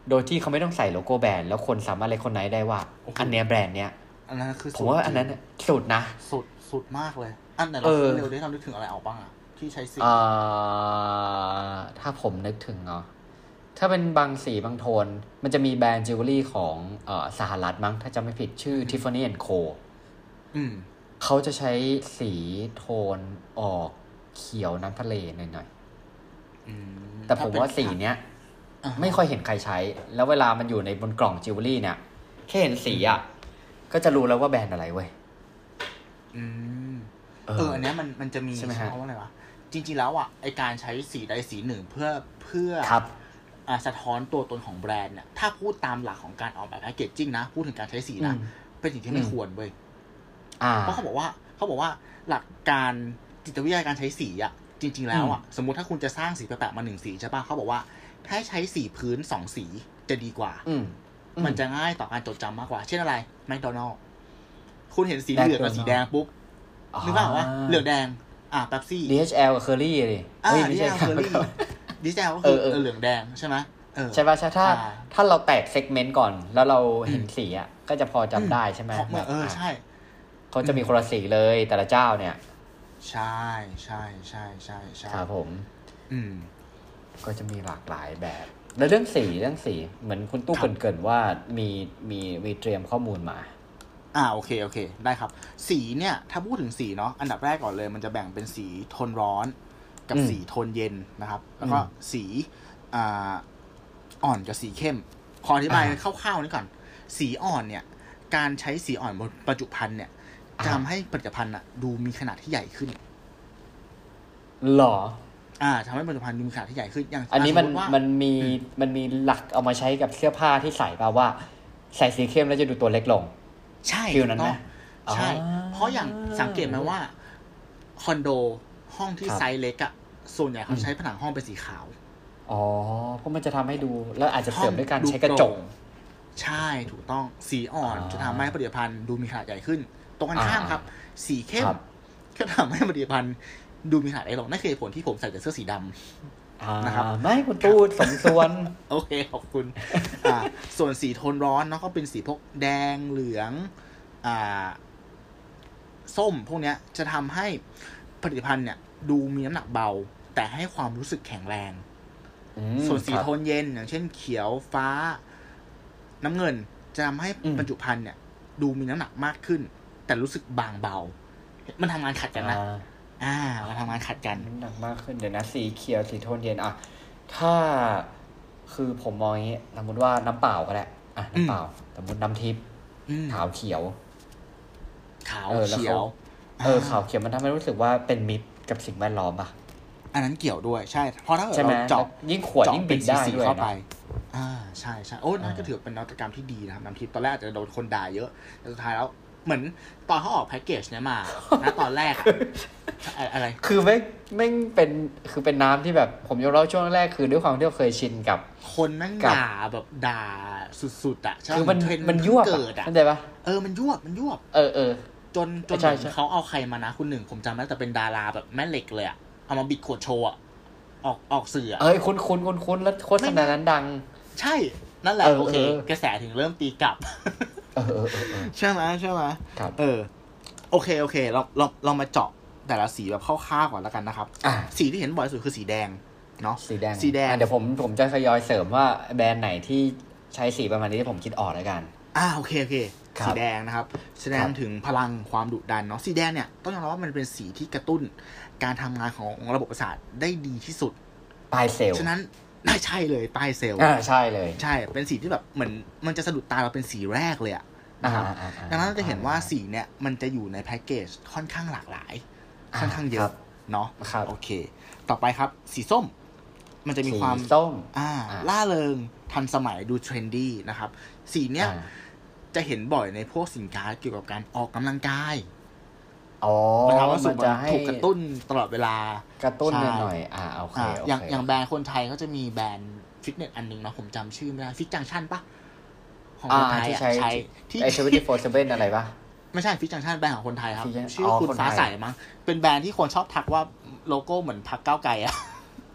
โดยที่เขาไม่ต้องใส่โลโก้แบรนด์แล้วคนสามารถเรคคอนไนซ์ได้ว่าอันเนี้ยแบรนด์เนี้ยอันนั้นคือผมว่าอันนั้นสุดนะสุดสุดมากเลยอันไหนเราเร็วได้เรานึกถึงอะไรออกบ้างอ่ะที่ใช้สีอ่าถ้าผมนึกถึงเนาะถ้าเป็นบางสีบางโทนมันจะมีแบรนด์จิวเวลรี่ของเอ่อสหรัฐมั้งถ้าจำไม่ผิดชื่อ Tiffany แอนด์ Co อืมเขาจะใช้สีโทนออกเขียวน้ำทะเลหน่อยๆแต่ผมว่าสีเนี้ยไม่ค่อยเห็นใครใช้แล้วเวลามันอยู่ในบนกล่องจิวเวลรี่เนี่ยแค่เห็นสีอ่ะก็จะรู้แล้วว่าแบรนด์อะไรเว้ยอืมเอออันเนี้ยมันมันจะมีเขาว่าอะไรวะจริงๆแล้วอ่ะไอการใช้สีใดสีหนึ่งเพื่อเพื่ออ่าสะท้อนตัวตนของแบรนด์เนี่ยถ้าพูดตามหลักของการออกแบบแพคเกจจิ้งนะพูดถึงการใช้สีนะเป็นสิ่งที่ไม่ควรเว้ยเพราะเขาบอกว่าเขาบอกว่าหลักการจิตวิทยาการใช้สีอ่ะจริงๆแล้วอ่ะสมมุติถ้าคุณจะสร้างสีแปลกๆมาหนึ่งสีใช่ป่ะเขาบอกว่าให้ใช้สีพื้นสองสีจะดีกว่ามันจะง่ายต่อการจดจำมากกว่าเช่นอะไรแมคโดนัลด์คุณเห็นสีเหลืองกับสีแดงปุ๊บนึกว่าเหลืองแดงอ่ะเป๊ปซี่ดี เอช แอล กับเคอรี่ดิอ่า ดี เอช แอล เคอรี่ ดี เอช แอล ก็คือเหลืองแดงใช่ไหมเออใช่ป่ะใช่ถ้าถ้าเราแตกเซกเมนต์ก่อนแล้วเราเห็นสีอ่ะก็จะพอจำได้ใช่ไหมเออใช่เขาจะมีคนละสีเลยแต่ละเจ้าเนี่ยใช่ใช่ใช่ใช่ใช่ครับผมอืมก็จะมีหลากหลายแบบแล้วเรื่องสีเรื่องสีเหมือนคุณตู้เกริ่นๆว่ามีมีมีเตรียมข้อมูลมาอ่าโอเคโอเคได้ครับสีเนี่ยถ้าพูดถึงสีเนาะอันดับแรกก่อนเลยมันจะแบ่งเป็นสีโทนร้อนกับสีโทนเย็นนะครับแล้วก็สีอ่าอ่อนกับสีเข้มขออธิบายคร่าวๆนี้ก่อนสีอ่อนเนี่ยการใช้สีอ่อนบนบรรจุภัณฑ์เนี่ยจะทำให้ผลิตภัณฑ์อ่ะดูมีขนาดที่ใหญ่ขึ้นหรออ่าทำให้ผลิตภัณฑ์ดูมีขนาดที่ใหญ่ขึ้นอย่างอันนี้มันมันมีมันมีหลักเอามาใช้กับเสื้อผ้าที่ใส่ป่ะว่าใส่สีเข้มแล้วจะดูตัวเล็กลงใช่ฟิลนั้นไหมใช่เพราะอย่างสังเกตไหมว่าคอนโดห้องที่ไซส์เล็กอ่ะส่วนใหญ่เขาใช้ผนังห้องเป็นสีขาวอ๋อเพราะมันจะทำให้ดูแล้วอาจจะเสริมด้วยการใช้กระจกใช่ถูกต้องสีอ่อนจะทำให้ผลิตภัณฑ์ดูมีขนาดใหญ่ขึ้นตรงกันข้ามครับสีเข้มก็ทำให้ผลิตภัณฑ์ดูมีขนาดเล็กลงนั่นคือผลที่ผมใส่แต่เสื้อสีดำนะครับไม่คุณตูดสมส่วนโอเคขอบคุณอ่าส่วนสีโทนร้อนเนาะก็เป็นสีพวกแดงเหลืองอ่าส้มพวกเนี้ยจะทำให้ผลิตภัณฑ์เนี่ยดูมีน้ำหนักเบาแต่ให้ความรู้สึกแข็งแรงส่วนสีโทนเย็นอย่างเช่นเขียวฟ้าน้ำเงินจะทำให้บรรจุภัณฑ์เนี่ยดูมีน้ำหนักมากขึ้นแต่รู้สึกบางเบามันทำงานขัดกันนะอ่ามันทำงานขัดกันน้ำหนักมากขึ้นเดี๋ยวนะสีเขียวสีโทนเย็นอ่ะถ้าคือผมมองอย่างนี้สมมติว่าน้ำเปล่าก็ได้อ่ะน้ำเปล่าสมมติน้ำทิพย์ขาวเขียวขาวเขียวเออขาวเขียวมันทำให้รู้สึกว่าเป็นมิตรกับสิ่งแวดล้อมป่ะอันนั้นเกี่ยวด้วยใช่เพราะถ้าเราเจาะยิ่งขวดยิ่งบิดได้ด้วยเข้าไปอ่าใช่ใช่โอ้นั่นก็ถือเป็นนวัตกรรมที่ดีนะครับน้ำทิพย์ตอนแรกอาจจะโดนคนด่าเยอะแต่สุดท้ายแล้วเหมือนตอนเขาออกแพ็กเกจเนี้ยมานะตอนแรกอะไรคือไม่ไม่เป็นคือเป็นน้ำที่แบบผมยอมรับช่วงแรกคือด้วยความที่เราเคยชินกับคนนั่งด่าแบบด่าสุดๆอ่ะคือมันมันยั่วเกิดอ่ะเข้าใจปะเออมันยั่วมันยั่วเออเออจนจนเขาเอาใครมานะคุณหนึ่งผมจำได้แต่เป็นดาราแบบแม่เหล็กเลยอ่ะเอามาบิดขวดโชว์อ่ะออกออกสื่อเอ้ยคุ้นคุ้นคุ้นคุ้นแล้วโฆษณานั้นดังใช่นั่นแหละโอเคกระแสถึงเริ่มตีกลับเออเออเออใช่ไหมใช่ไหมเออโอเคโอเคเราเราเรามาเจาะแต่ละสีแบบคร่าวๆก่อนแล้วกันนะครับสีที่เห็นบ่อยสุดคือสีแดงเนาะสีแดงสีแดงเดี๋ยวผมผมจะทยอยเสริมว่าแบรนด์ไหนที่ใช้สีประมาณนี้ที่ผมคิดออกแล้วกันอ่าโอเคโอเคสีแดงนะครับแสดงถึงพลังความดุดันเนาะสีแดงเนี่ยต้องยอมรับว่ามันเป็นสีที่กระตุ้นการทำงานของระบบประสาทได้ดีที่สุดปลายเซลล์ฉะนั้นได้ใช่เลยปลายเซลล์อ่าใช่เลยใช่เป็นสีที่แบบเหมือนมันจะสะดุดตาเราเป็นสีแรกเลยอะนะครับดังนั้นเราจะเห็นว่าสีเนี่ยมันจะอยู่ในแพ็กเกจค่อนข้างหลากหลายค่อนข้างเยอะเนาะโอเคต่อไปครับสีส้มมันจะมีความส้มอ่าล่าเริงทันสมัยดูเทรนดี้นะครับสีเนี้ยจะเห็นบ่อยในพวกสินค้าเกี่ยวกับการออกกำลังกายอ๋อมันทำให้สุขถูกกระตุ้นตลอดเวลากระตุ้นหน่อยอ่าโอเคอย่างอย่างแบรนด์คนไทยเขาจะมีแบรนด์ฟิตเนสอันนึงนะผมจำชื่อไม่ได้ฟิตจังชั่นปะของคนไทยอ่ะใช้ที่ไอเทอร์วิตี้โฟร์เซเว่นอะไรปะไม่ใช่ฟิตจังชั่นแบรนด์ของคนไทยครับชื่อคุณฟ้าใสมั้งเป็นแบรนด์ที่คนชอบทักว่าโลโก้เหมือนพรรคก้าวไกลอ่ะ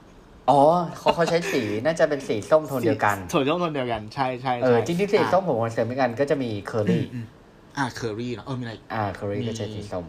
อ๋อเขาเขาใช้สีน่าจะเป็นสีส้มโทนเดียวกันโทนส้มโทนเดียวกันใช่ใช่เออจริงๆสีส้มผมเสริมเหมือนกันก็จะมีเคอรี่อ่าเคอรี่เนาะเออมีอะไรอ่าเคอรี่ก็ใช้สีส้ม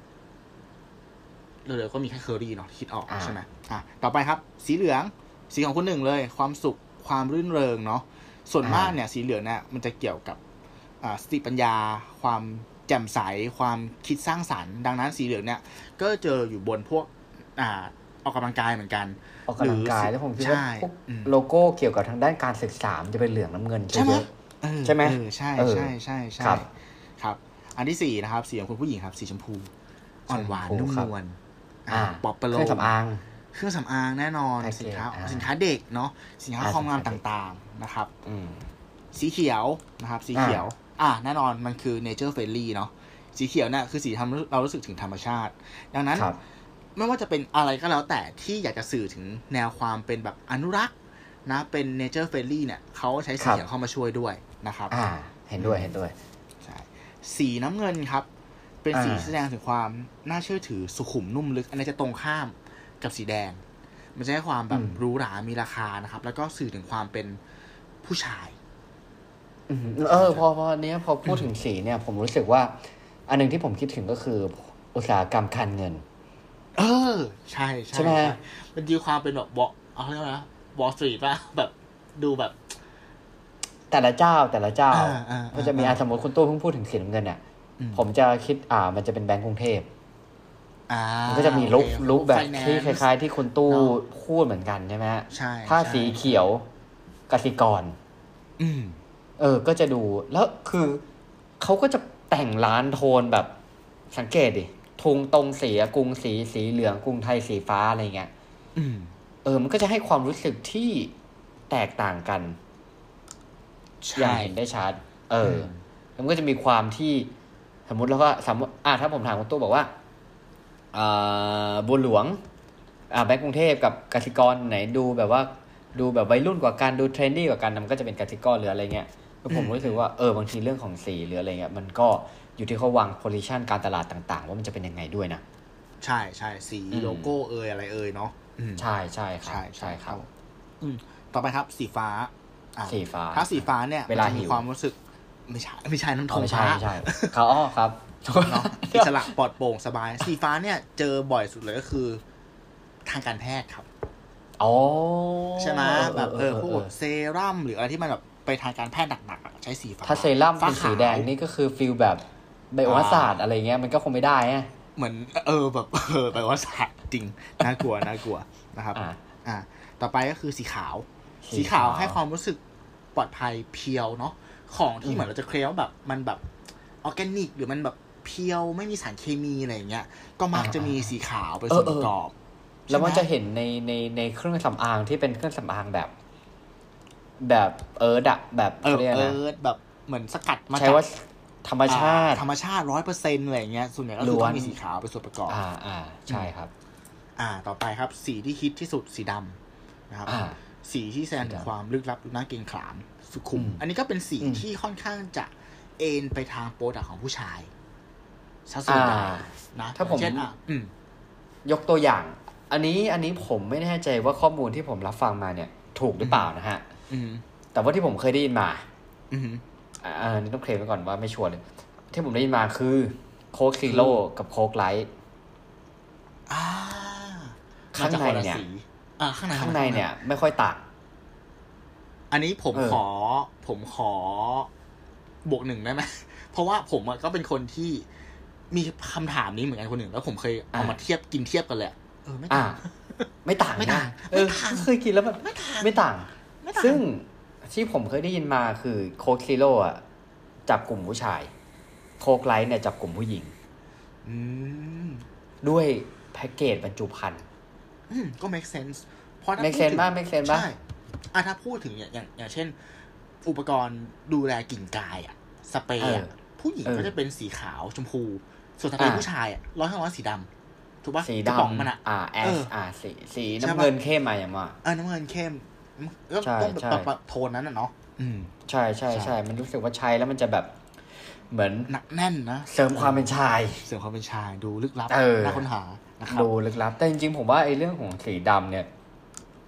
เหลือๆก็มีแค่เคอรี่เนาะคิดออกใช่ไหมอ่ะต่อไปครับสีเหลืองสีของคุณหนึ่งเลยความสุขความรื่นเริงเนาะส่วนมากเนี่ยสีเหลืองเนี่ยมันจะเกี่ยวกับอ่าสติปัญญาความแจ่มใสความคิดสร้างสรรค์ดังนั้นสีเหลืองเนี่ยก็เจออยู่บนพวกอ่าออกกำลังกายเหมือนกันออกกำลังกายแล้วผมคิดว่าพวกโลโก้เกี่ยวกับทางด้านการศึกษาจะเป็นเหลืองน้ำเงินใช่ไหมใช่ไหมใช่ใช่ใช่ใช่ครับอันที่สี่นะครับสีของคุณผู้หญิงครับสีชมพูอ่อนหวานนุ่มนวลป๊อปเปอร์โลเครื่องสำอางเครื่องสำอางแน่นอนสินค้าสินค้าเด็กเนาะสินค้าความงามต่างๆนะครับสีเขียวนะครับสีเขียวอ่าแน่นอนมันคือ nature friendly เนาะสีเขียวเนี่ยคือสีทำเรารู้สึกถึงธรรมชาติดังนั้นไม่ว่าจะเป็นอะไรก็แล้วแต่ที่อยากจะสื่อถึงแนวความเป็นแบบอนุรักษ์นะเป็น nature friendly เนี่ยเขาใช้สีเขียวเข้ามาช่วยด้วยนะครับอ่าเห็นด้วยเห็นด้วยใช่สีน้ำเงินครับเป็นสีแสดงถึงความน่าเชื่อถือสุขุมนุ่มลึกอันนี้จะตรงข้ามกับสีแดงมันจะให้ความแบบหรูหรามีราคานะครับแล้วก็สื่อถึงความเป็นผู้ชายเออพอพอเนี้ยพอพูดถึงสีเนี่ยผมรู้สึกว่าอันนึงที่ผมคิดถึงก็คืออุตสาหกรรมการเงินเออใช่ใช่ใช่มันดีความเป็นแบบบอเอาเรียกว่าบอสตรีทป่ะแบบดูแบบแต่ละเจ้าแต่ละเจ้าก็จะมีอาสมมติคุณตู้เพิ่งพูดถึงสีน้ำเงินเนี่ยผมจะคิดอ่ามันจะเป็นแบงก์กรุงเทพมันก็จะมีลุคลุคแบบที่คล้ายๆที่คุณตู้พูดเหมือนกันใช่ไหมใช่ถ้าสีเขียวกสิกรเออก็จะดูแล้วคือเขาก็จะแต่งร้านโทนแบบสังเกตดิทุงตรงสีกรุงสีสีเหลืองกรุงไทยสีฟ้าอะไรเงี้ยเออมันก็จะให้ความรู้สึกที่แตกต่างกันอย่างเห็นได้ชัดเออแล้วมันก็จะมีความที่สมมติแล้วก็สมมติอ่าถ้าผมถามคุณตู้บอกว่าอ่าบัวหลวงอ่าแบงก์กรุงเทพกับกสิกรไหนดูแบบว่าดูแบบวัยรุ่นกว่ากันดูเทรนดี้กว่ากันมันก็จะเป็นกสิกรหรืออะไรเงี้ยก็ผมรู้สึกว่าเออบางทีเรื่องของสีหรืออะไรเงี้ยมันก็อยู่ที่เขาวางโพซิชันการตลาดต่างๆว่ามันจะเป็นยังไงด้วยนะใช่ใช่สีโลโก้เอยอะไรเอยเนาะใช่ใช่ครับใช่ใช่ครับต่อไปครับสีฟ้าสีฟ้าถ้าสีฟ้าเนี่ยเวลามีความรู้สึกไม่ใช่ไม่ใช่น้ำทองฟ้าไม่ใช่เขาอ๋อครับเนาะอิสระปลอดโปร่งสบายสีฟ้าเนี่ยเจอบ่อยสุดเลยก็คือทางการแพทย์ครับอ๋อใช่ไหมแบบเออพวกเซรั่มหรืออะไรที่มันแบบไปทางการแพทย์หนักๆใช้สีฟ้าถ้าเซรั่มเป็นสีแดงนี่ก็คือฟีลแบบไบโอศาสตร์อะไรเงี้ยมันก็คงไม่ได้ฮะเหมือนเออแบบเออไบโอศาสตร์จริงน่ากลัวน่ากลัวนะครับอ่าต่อไปก็คือสีขาวสีขาวให้ความรู้สึกปลอดภัยเพียวเนาะของที่เหมือนเราจะเคลมแบบมันแบบออร์แกนิกหรือมันแบบเพียวไม่มีสารเคมีอะไรอย่างเงี้ยก็มักจะมีสีขาวเป็นส่วนประกอบแล้วมันจะเห็นในในในเครื่องสำอางที่เป็นเครื่องสำอางแบบแบบเอิร์ดอะแบบเออเอิร์ดแบบเหมือนสกัดมาจากธรรมชาติธรรมชาติ ร้อยเปอร์เซ็นต์ อะไรอย่างเงี้ยส่วนใหญ่ก็คือต้องมีสีขาวเป็นส่วนประกอบอ่าอ่าใช่ครับอ่าต่อไปครับสีที่ฮิตที่สุดสีดำนะครับสีที่แสดงถึงความลึกลับดูน่าเกรงขามสุขุมอันนี้ก็เป็นสีที่ค่อนข้างจะเอนไปทางโปรดักต์ของผู้ชายซะส่วนใหญ่นะถ้าผมยกตัวอย่างอันนี้อันนี้ผมไม่แน่ใจว่าข้อมูลที่ผมรับฟังมาเนี่ยถูกหรือเปล่านะฮะแต่ว่าที่ผมเคยได้ยินมาอ่านี่ต้องเคลมไว้ก่อนว่าไม่ชัวร์เลยที่ผมได้ยินมาคือโค้กซีโร่กับโค้กไลท์ข้างในเนี่ยข้างในข้างในเนี่ยไม่ค่อยต่างอันนี้ผมขอผมขอบวกหนึ่งได้ไหมเพราะว่าผมก็เป็นคนที่มีคำถามนี้เหมือนกันคนหนึ่งแล้วผมเคยเอามาเทียบกินเทียบกันเลยเออไม่ต่างไม่ต่างไม่ต่างเออเคยกินแล้วแบบไม่ต่างซึ่งที่ผมเคยได้ยินมาคือโค้กซีโร่อะจับกลุ่มผู้ชายโค้กไลท์เนี่ยจับกลุ่มผู้หญิงด้วยแพ็กเกจบรรจุภัณฑ์ก็ make sense เพราะ make sense มาก make sense มากใช่อ่ะถ้าพูดถึงอย่างอย่างอย่างเช่นอุปกรณ์ดูแลกลิ่นกายอ่ะสเปรย์ผู้หญิงก็จะเป็นสีขาวชมพูส่วนถ้าเป็นผู้ชายอ่ะร้อยห้าร้อยสีดำถูกป่ะสีดำมันอ่ะอ่าแอชอ่าสีสีน้ำเงินเข้มมาอย่างว่าเออน้ำเงินเข้มก็ต้องแบบโทนนั้นอ่ะเนาะอืมใช่ใช่ใช่มันรู้สึกว่าใช้แล้วมันจะแบบเหมือนหนักแน่นนะเสริมความเป็นชายเสริมความเป็นชายดูลึกลับน่าค้นหานะครับดูลึกลับแต่จริงๆผมว่าไอ้เรื่องของสีดำเนี่ย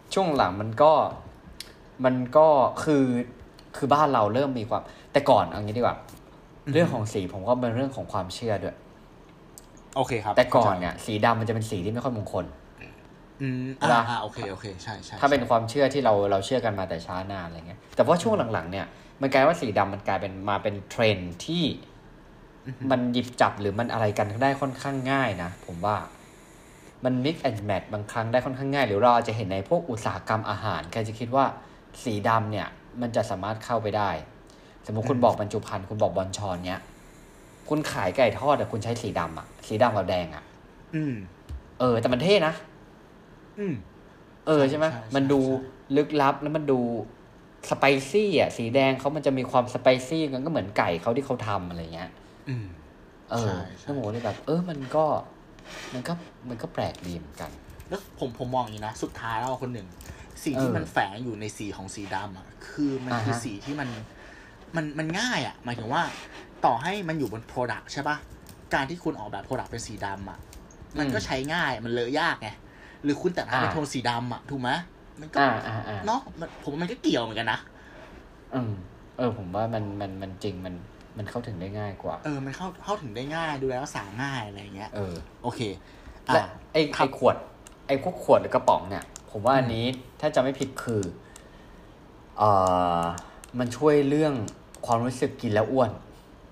ช่วงหลังมันก็มันก็คือคือบ้านเราเริ่มมีความแต่ก่อนเอางี้ดีกว่าเรื่องของสีผมก็เป็นเรื่องของความเชื่อด้วยโอเคครับแต่ก่อนเนี่ยสีดำมันจะเป็นสีที่ไม่ค่อยมงคลอืมอ่าโอเคโอเคใช่ใช่ถ้าเป็นความเชื่อที่เราเราเชื่อกันมาแต่ช้านานอะไรเงี้ยแต่ว่าช่วงหลังๆเนี่ยมันกลายว่าสีดำมันกลายเป็นมาเป็นเทรนด์ที่มันหยิบจับหรือมันอะไรกันได้ค่อนข้างง่ายนะผมว่ามัน mix and match บางครั้งได้ค่อนข้างง่ายหรือเราอาจจะเห็นในพวกอุตสาหกรรมอาหารใครจะคิดว่าสีดำเนี่ยมันจะสามารถเข้าไปได้สมมติคุณบอกบรรจุภัณฑ์คุณบอกบอนชอนเนี้ยคุณขายไก่ทอดแต่คุณใช้สีดำอ่ะสีดำกับแดงอ่ะอืมเออแต่มันเท่นะอืมเออใช่ไหมมันดูลึกลับแล้วมันดูสไปซี่อ่ะสีแดงเขามันจะมีความสไปซี่กันก็เหมือนไก่เขาที่เขาทำอะไรเงี้ยอืมเออแล้วผมเลยแบบเออมันก็มันก็มันก็แปลกดีเหมือนกันแล้วผมผมมองอย่างนี้นะสุดท้ายแล้วคนหนึ่งสิ่งที่มันแฝงอยู่ในสีของสีดำอ่ะคือมันคือสีที่มันมันมันง่ายอ่ะหมายถึงว่าต่อให้มันอยู่บน product ใช่ป่ะการที่คุณออกแบบ product เป็นสีดำอ่ะมันก็ใช้ง่ายมันเลอะยากไงหรือคุณแต่งหน้าเป็นโทนสีดำอ่ะถูกไหมมันก็เนาะผมว่ามันก็เกี่ยวเหมือนกันนะอืมเออผมว่ามันมันมันจริงมันมันเข้าถึงได้ง่ายกว่าเออมันเข้าเข้าถึงได้ง่ายดูแลรักษาง่ายอะไรเงี้ยเออโอเคและไอ้ไอ้ขวดไอ้พวกขวดหรือกระป๋องเนี่ยผมว่าอันนี้ถ้าจะไม่ผิดคือเอ่อมันช่วยเรื่องความรู้สึกกินแล้วอ้วน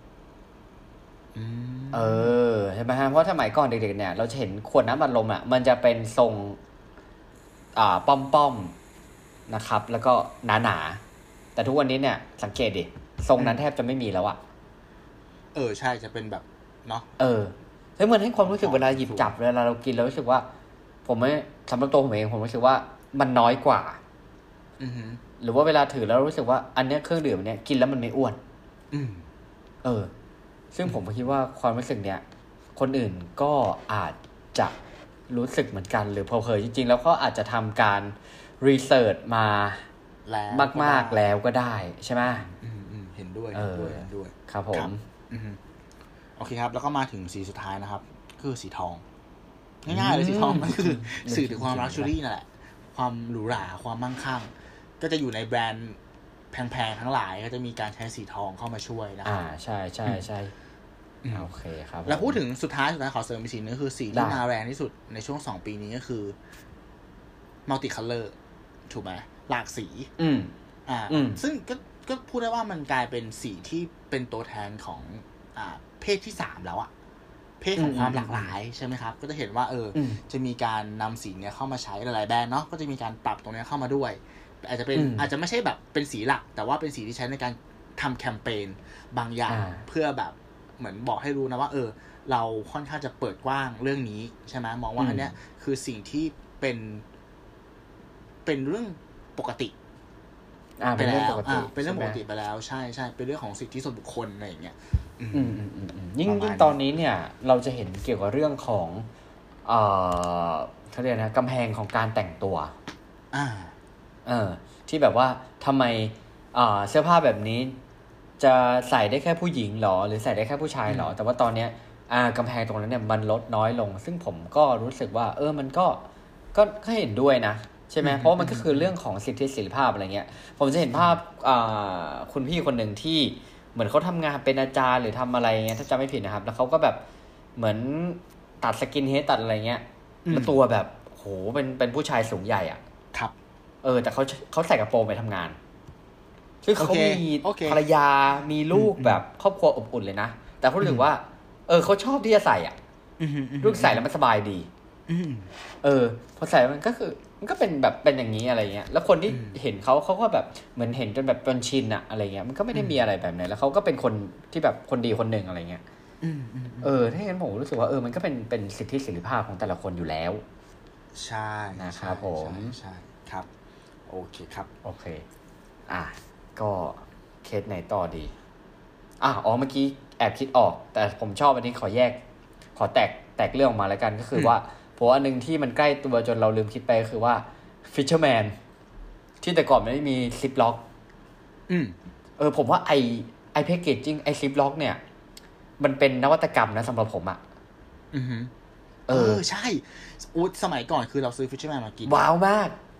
เออใช่ไหมฮะเพราะสมัยก่อนเด็กๆเนี่ยเราจะเห็นขวดน้ำอัดลมอ่ะมันจะเป็นทรงอ่าป้อมๆนะครับแล้วก็หนาๆแต่ทุกวันนี้เนี่ยสังเกตดิทรงนั้นแทบจะไม่มีแล้วอ่ะเออใช่จะเป็นแบบเนาะเออแล้วเหมือนให้ความรู้สึกเวลาหยิบจับเวลาเรากินแล้วรู้สึกว่าผมไม่สำหรับตัวผมเองผมรู้สึกว่ามันน้อยกว่าอือฮึหรือว่าเวลาถือแล้วรู้สึกว่าอันเนี้ยเครื่องดื่มเนี้ยกินแล้วมันไม่อ้วนอืมเออซึ่งผมคิดว่าความรู้สึกเนี้ยคนอื่นก็อาจจะรู้สึกเหมือนกันหรือเผลอๆจริงๆแล้วก็อาจจะทำการรีเสิร์ชมามากๆแล้วก็ได้ใช่ไหมอืมอืมเห็นด้วยเห็นด้วยเห็นด้วยครับผมอืมโอเคครับแล้วก็มาถึงสีสุดท้ายนะครับคือสีทองง่ายๆเลยสีทองมันคือสื่อถึงความลักชัวรี่นั่นแหละความหรูหราความมั่งคั่งก็จะอยู่ในแบรนด์แพงๆทั้งหลายก็จะมีการใช้สีทองเข้ามาช่วยนะอ่าใช่ใช่ใช่โอเคครับแล้วพูดถึงสุดท้ายสุดท้ายขอเสริมอีกสีนึงคือสีที่มาแรงที่สุดในช่วงสองปีนี้ก็คือมัลติคัลเลอร์ถูกไหมหลากสีอืมอ่าซึ่งก็ก็พูดได้ว่ามันกลายเป็นสีที่เป็นตัวแทนของอ่าเพศที่สามแล้วอะเพศของความหลากหลายใช่ไหมครับก็จะเห็นว่าเออจะมีการนำสีเนี้ยเข้ามาใช้หลายๆแบรนด์เนาะก็จะมีการปรับตรงนี้เข้ามาด้วยอาจจะเป็นอาจจะไม่ใช่แบบเป็นสีหลักแต่ว่าเป็นสีที่ใช้ในการทำแคมเปญบางอย่างเพื่อแบบเหมือนบอกให้รู้นะว่าเออเราค่อนข้างจะเปิดกว้างเรื่องนี้ใช่ไหมมองว่าอันเนี้ยคือสิ่งที่เป็นเป็นเรื่องปกติไปแล้วเป็นเรื่องปกติไปแล้วใช่ใช่เป็นเรื่องของสิทธิส่วนบุคคลอะไรอย่างเงี้ยอืมอืมอืมยิ่งยิ่งตอนนี้เนี่ยเราจะเห็นเกี่ยวกับเรื่องของเอ่อเขาเรียกนะกำแพงของการแต่งตัวอ่าเออที่แบบว่าทำไมอ่าเสื้อผ้าแบบนี้จะใส่ได้แค่ผู้หญิงหรอหรือใส่ได้แค่ผู้ชายหรอแต่ว่าตอนเนี้ยอ่ากำแพงตรงนั้นเนี่ยมันลดน้อยลงซึ่งผมก็รู้สึกว่าเออมันก็ก็ก็เห็นด้วยนะใช่ไหมเพราะมันก็คือเรื่องของสิทธิเสรีภาพอะไรเงี้ยผมจะเห็นภาพอ่าคุณพี่คนหนึ่งที่เหมือนเขาทำงานเป็นอาจารย์หรือทำอะไรเงี้ยถ้าจำไม่ผิดนะครับแล้วเขาก็แบบเหมือนตัดสกินเฮดตัดอะไรเงี้ยแล้วตัวแบบโหเป็นเป็นผู้ชายสูงใหญ่อ่ะครับเออแต่เขาเขาใส่กระโปรงไปทำงานคือเขามีภรรยามีลูกแบบครอบครัวอบอุ่นเลยนะแต่เขารู้สึกว่าเออเขาชอบที่จะใส่อ่ะลูกใส่แล้วมันสบายดีเออพอใส่มันก็คือมันก็เป็นแบบเป็นอย่างนี้อะไรเงี้ยแล้วคนที่เห็นเขาเขาก็แบบเหมือนเห็นจนแบบจนชินอะอะไรเงี้ยมันก็ไม่ได้มีอะไรแบบนั้นแล้วเขาก็เป็นคนที่แบบคนดีคนหนึ่งอะไรเงี้ยเออถ้าอย่างนั้นผมรู้สึกว่าเออมันก็เป็นเป็นสิทธิเสรีภาพของแต่ละคนอยู่แล้วใช่นะครับผมใช่ครับโอเคครับโอเคอ่ะก็เคสไหนต่อดีอ่ะอ๋อเมื่อกี้แอบคิดออกแต่ผมชอบอันนี้ขอแยกขอแตกแตกเรื่องออกมาแล้วกันก็คือว่าเพราะอันนึงที่มันใกล้ตัวจนเราลืมคิดไปก็คือว่า Fisherman ที่แต่ก่อนมันไม่มีซิปล็อกอืมเออผมว่าไอไอแพคเกจจิ้งไอซิปล็อกเนี่ยมันเป็นนวัตกรรมนะสำหรับผมอ่ะอือฮึเออใช่อุ๊ยสมัยก่อนคือเราซื้อ Fisherman มากินว้าวมาก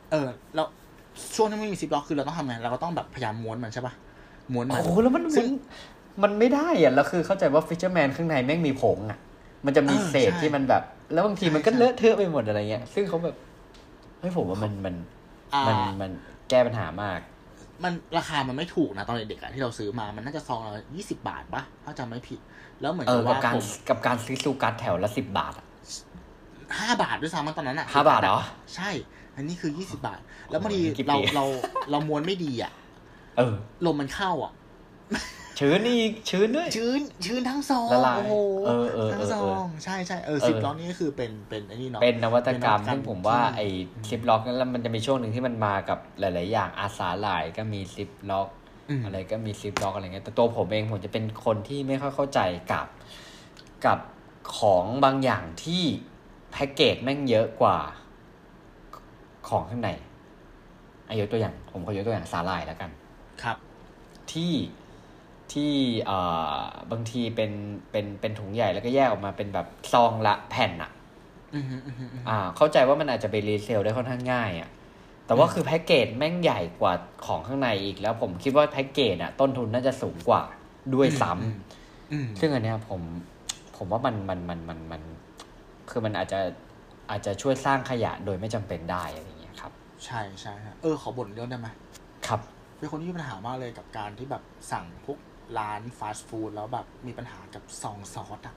เออแล้วช่วงที่ไม่มีซิปล็อกคือเราต้องทำไงเราก็ต้องแบบพยายามม้วนมันใช่ปะม้วนมันโอ้แล้วมันมันมันไม่ได้อ่ะแล้วคือเข้าใจว่าฟิชเชอร์แมนข้างในแม่งมีผงอ่ะมันจะมีเศษที่มันแบบแล้วบางทีมันก็เลอะเทอะไปหมดอะไรเงี้ยซึ่งเขาแบบเฮ้ยผมว่ามันมันมันมันแก้ปัญหามากมันราคามันไม่ถูกนะตอนเด็กๆอ่ะที่เราซื้อมามันน่าจะซองละยี่สิบบาทป่ะถ้าจำไม่ผิดแล้วเหมือนกับว่าผมกับการซื้อซูกัสแถวละสิบบาทอ่ะห้าบาทด้วยซ้ำตอนนั้นอ่ะห้าบาทเหรอใช่อันนี้คือยี่สิบบาทแล้วบางทีเราเราเราม้วนไม่ดีอ่ะเออลมมันเข้าอ่ะชื้นอีกชื้นด้วยชื้นชื้นทั้งซองโอ้โหทั้งซองใช่ใช่เออซิปล็อกนี่ก็คือเป็นเป็นไอ้นี่เนาะเป็นนวัตกรรมซึ่งผมว่าไอ้ซิปล็อกนั้นมันจะมีช่วงหนึ่งที่มันมากับหลายๆอย่างอาสาหร่ายก็มีซิปล็อกอะไรก็มีซิปล็อกอะไรเงี้ยแต่ตัวผมเองผมจะเป็นคนที่ไม่ค่อยเข้าใจกับกับของบางอย่างที่แพ็กเกจแม่งเยอะกว่าของข้างในอายกตัวอย่างผมขอยกตัวอย่างสาหร่ายแล้วกันครับที่ที่เอ่อบางทีเป็นเป็นเป็นถุงใหญ่แล้วก็แยกออกมาเป็นแบบซองละแผ่นอ่ะอ่าเข้าใจว่ามันอาจจะไปรีเซลได้ค่อนข้างง่ายอ่ะแต่ว่าคือแพ็กเกจแม่งใหญ่กว่าของข้างในอีกแล้วผมคิดว่าแพ็กเกจอ่ะต้นทุนน่าจะสูงกว่าด้วยซ้ำซึ่งอันเนี้ยผมผมว่ามันมันมันมันมันคือมันอาจจะอาจจะช่วยสร้างขยะโดยไม่จำเป็นได้อะไรอย่างเงี้ยครับใช่ใช่เออขอบ่นเรื่องได้ไหมครับเป็นคนที่มีปัญหามากเลยกับการที่แบบสั่งพวกร้านฟาสต์ฟู้ดแล้วแบบมีปัญหากับซองซอสอ่ะ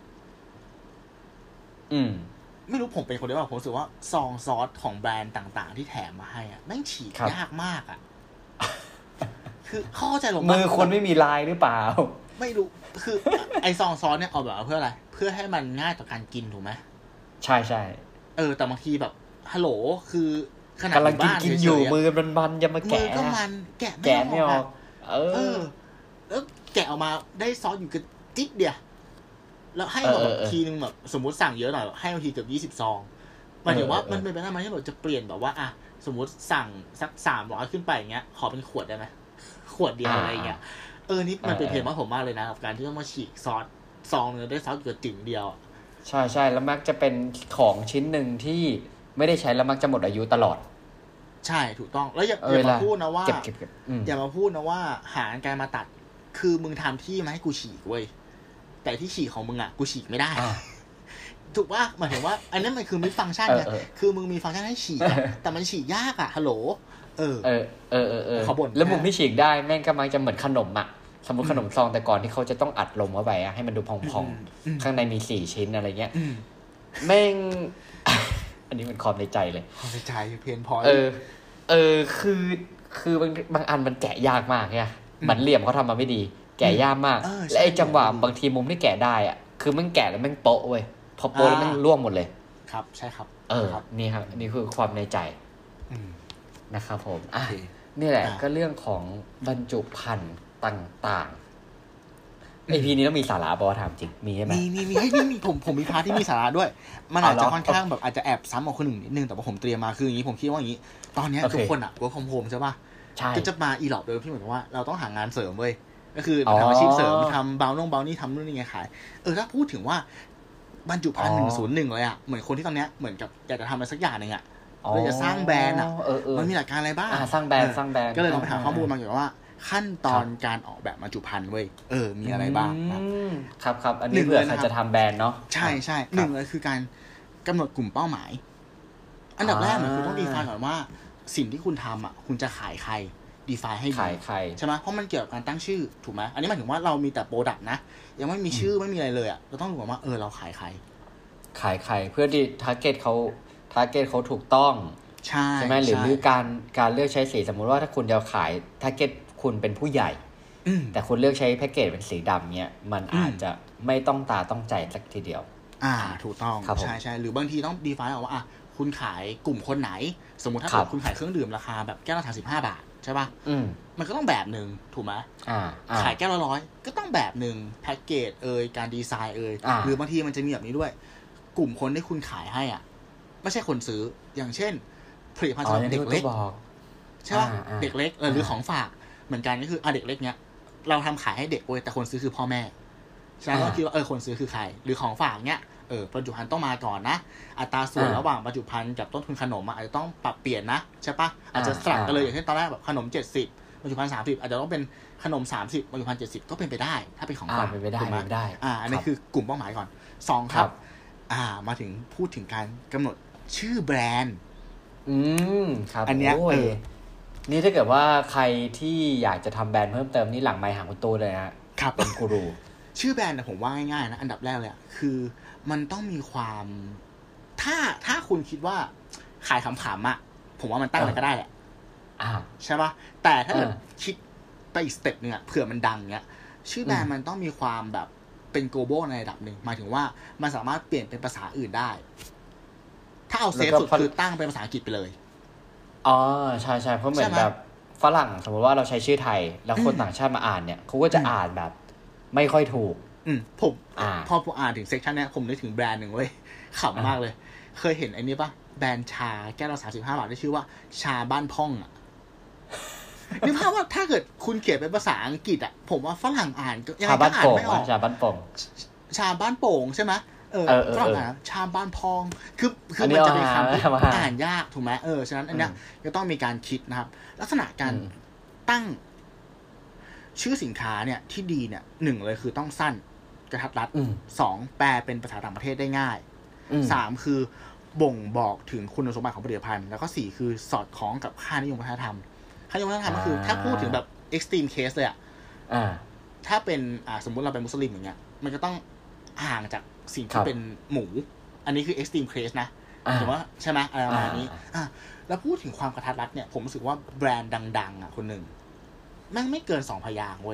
อืมไม่รู้ผมเป็นคนเดียวว่าผมรู้สึกว่าซองซอสของแบรนด์ต่างๆที่แถมมาให้อ่ะแม่งฉีกยากมากอ่ะคือเข้าใจหรอมือคนไม่มีลายหรือเปล่าไม่รู้คือไอซองซอสเนี่ยเอาแบบเพื่ออะไรเพื่อให้มันง่ายต่อการกินถูกไหมใช่ใช่เออแต่บางทีแบบฮัลโหลคือขนาดกำลังกินกินอยู่มือมันมันจะมาแกะมือก็มันแกะไม่ออกเออแล้วแกะออกมาได้ซอสอยู่กับจิ๊ดเดียวแล้วให้แบบทีนึงแบบสมมติสั่งเยอะหน่อยให้บางทีเกือบยี่สิบซองหมายถึงว่ามันเป็นไปได้ไหมที่เราจะเปลี่ยนแบบว่าอ่ะสมมติสั่งสักสามร้อยขึ้นไปอย่างเงี้ยขอเป็นขวดได้ไหมขวดเดียวอะไรเงี้ยเออนี่มันเป็นเพลงว่าผมมากเลยนะกับการที่ต้องมาฉีกซอสซองนึงได้ซอสอยู่กับจึ๋งเดียวใช่ใช่แล้วมักจะเป็นของชิ้นหนึ่งที่ไม่ได้ใช้แล้วมักจะหมดอายุตลอดใช่ถูกต้องแล้วอย่าอย่ามาพูดนะว่าอย่ามาพูดนะว่าหาการมาตัดคือมึงทำที่มาให้กูฉีกเว้ยแต่ที่ฉีกของมึงอ่ะกูฉีกไม่ได้ถูกป่ะหมายถึงว่าอันนั้นมันคือมีฟังก์ชันไงคือมึงมีฟังก์ชันให้ฉีกแต่มันฉีกยากอ่ะฮัลโหลเออเออเออเออเออแล้วมุมที่ฉีกได้แม่งก็มักจะเหมือนขนมอ่ะสมมติขนมซองแต่ก่อนที่เขาจะต้องอัดลมเข้าไปให้มันดูพองๆข้างในมีสี่ชิ้นอะไรเงี้ยแม่งอันนี้มันความในใจเลยความในใจเพียนพอเออเออคือคือบางบางอันมันแกะยากมากเนี่ยมันเหลี่ยมเขาทำมาไม่ดีแกะยากมากและไอ้จังหวะบางทีมุมที่แกะได้อ่ะคือมันแกะแล้วมันโป๊ะเว้ยพอโป๊ะแล้วมันร่วงหมดเลยครับใช่ครับเออนี่ครับนี่คือความในใจนะครับผมอ่ะนี่แหละก็เรื่องของบรรจุภัณฑ์ต่างๆไอพีนี้ต้องมีสาระป่าวถามจริงมีใช่ไหมมีมีมีให้มีมีผมผมมีพาร์ทที่มีสาระด้วยมันอาจจะค่อนข้างแบบอาจจะแอบซ้ำกับคนอื่นนิดนึงแต่ว่าผมเตรียมมาคืออย่างนี้ผมคิดว่าอย่างนี้ตอนนี้ทุกคนอ่ะ work from home ใช่ป่ะก็จะมาอีหลอบเลยพี่เหมือนว่าเราต้องหางานเสริมเว้ยก็คือทำอาชีพเสริมทำบาวนุ่งบาวนี่ทำนู่นนี่ไงขายเออถ้าพูดถึงว่าบรรจุภัณฑ์หนึ่งศูนย์หนึ่งเลยอ่ะเหมือนคนที่ตอนนี้เหมือนกับอยากจะทำอะไรสักอย่างหนึ่งอ่ะเลยจะสร้างแบรนด์อ่ะมันมีหลักการอะไรบ้างสร้างแบรนด์สร้างแบรนด์ก็เลยลองไปหาข้อมูลมาเกี่ยวกับว่าขั้นตอนการออกแบบบรรจุภัณฑ์เว้ยเออมีอะไรบ้างครับครับอันนี้เผื่อใครจะทำแบรนด์เนาะใช่ใช่หนึ่งเลยคือการกำหนดกลุ่มเป้าหมายอันดับแรกเนี่ยคุณต้องดีไซน์ก่อนว่าสิ่งที่คุณทำอ่ะคุณจะขายใครดีไซน์ให้ดีใช่ไหมเพราะมันเกี่ยวกับการตั้งชื่อถูกไหมอันนี้หมายถึงว่าเรามีแต่โปรดักต์นะยังไม่มีชื่อไม่มีอะไรเลยอ่ะเราต้องรู้ว่าเออเราขายใครขายใครเพื่อที่ทาร์เก็ตเขาทาร์เก็ตเขาถูกต้องใช่ใช่ไหมหรือหรือการการเลือกใช้สีสมมุติว่าถ้าคุณจะขายทาร์เก็ตคุณเป็นผู้ใหญ่แต่คุณเลือกใช้แพ็กเกจเป็นสีดำเนี้ยมันอาจจะไม่ต้องตาต้องใจสักทีเดียวอ่าถูกต้องใช่ใช่หรือบางทีต้องดีไฟน์ออกว่าอ่ะคุณขายกลุ่มคนไหนสมมติถ้าเกิดคุณขายเครื่องดื่มราคาแบบแก้วละสามสิบห้าบาทใช่ป่ะมันก็ต้องแบบนึงถูกไหมขายแก้วละร้อยก็ต้องแบบนึงแพ็กเกจเอ่ยการดีไซน์เอ่ยหรือบางทีมันจะมีแบบนี้ด้วยกลุ่มคนที่คุณขายให้อ่ะไม่ใช่คนซื้ออย่างเช่นผลิตภัณฑ์สำหรับเด็กเล็กใช่ป่ะเด็กเล็กหรือของฝากเหมือนกันก็คืออ่ะเด็กเล็กเนี้ยเราทำขายให้เด็กโอ้ยแต่คนซื้อคือพ่อแม่ฉะนั้นต้องคิดว่าเออคนซื้อคือใครหรือของฝากเนี้ยเออบรรจุภัณฑ์ต้องมาก่อนนะอัตราส่วนระหว่างบรรจุภัณฑ์กับต้นทุนขนมอาจจะต้องปรับเปลี่ยนนะใช่ปะอาจจะสลับกันเลยอย่างเช่นตอนแรกแบบขนมเจ็ดสิบบรรจุภัณฑ์สามสิบอาจจะต้องเป็นขนมสามสิบบรรจุภัณฑ์เจ็ดสิบก็เป็นไปได้ถ้าเป็นของฝากเป็นไปได้เป็นไปได้อ่าอันนี้คือกลุ่มเป้าหมายก่อนสองครับอ่ามาถึงพูดถึงการกำหนดชื่อแบรนด์อืมครับอันเนี้ยเออนี่ถ้าเกิดว่าใครที่อยากจะทำแบรนด์เพิ่มเติมนี่หลังไมค์หาคุณตูเลยนะครับเป็นกูรูชื่อแบรนด์นะผมว่าง่ายๆนะอันดับแรกเลยคือมันต้องมีความถ้าถ้าคุณคิดว่าขายขำๆอ่ะผมว่ามันตั้งอะไรก็ได้แหละใช่ป่ะแต่ถ้าคิดไปอีกสเต็ปนึงอ่ะเผื่อมันดังเงี้ยชื่อแบรนด์มันต้องมีความแบบเป็น global ในระดับหนึ่งหมายถึงว่ามันสามารถเปลี่ยนเป็นภาษาอื่นได้ถ้าเอาเซฟสุดคือตั้งเป็นภาษาอังกฤษไปเลยอ๋อใช่ใช่เพราะเหมือนแบบฝรั่งสมมติว่าเราใช้ชื่อไทยแล้วคนต่างชาติมาอ่านเนี่ยเขาก็จะอ่านแบบไม่ค่อยถูกอืมผมพอผมอ่านถึงเซกชันเนี้ยผมนึกถึงแบรนด์หนึ่งเว้ยขำมากเลยเคยเห็นไอ้นี่ป่ะแบรนด์ชาแก้วละสามสิบห้าบาทที่ชื่อว่าชาบ้านพ่องอ่ะนึกภาพว่าถ้าเกิดคุณเขียนเป็นภาษาอังกฤษอ่ะผมว่าฝรั่งอ่านก็ยังไงก็อ่านไม่ออกชาบ้านโป่งชาบ้านโป่งใช่ไหมเออฝรั่งอ่านชาบ้านพองคือคือมันจะเป็นคำที่อ่านยากถูกไหมเออฉะนั้นอันเนี้ยก็ต้องมีการคิดนะครับลักษณะการตั้งชื่อสินค้าเนี่ยที่ดีเนี่ยหนึ่งเลยคือต้องสั้นกระทัดรัดสองแปลเป็นภาษาต่างประเทศได้ง่ายสามคือบ่งบอกถึงคุณสมบัติของผลิตภัณฑ์แล้วก็สี่คือสอดคล้องกับค่านิยมวัฒนธรรมค่านิยมวัฒนธรรมก็คือถ้าพูดถึงแบบ extreme case เลยอ่ะถ้าเป็นอ่าสมมุติเราเป็นมุสลิมอย่างเงี้ยมันจะต้องห่างจากสิ่งที่เป็นหมูอันนี้คือ extreme case นะถือว่าใช่ไหมอะไรประมาณนี้อ่าแล้วพูดถึงความกระทัดรัดเนี่ยผมรู้สึกว่าแบรนด์ดังๆอ่ะคนหนึ่งแม่งไม่เกินสองพยางค์เว้ย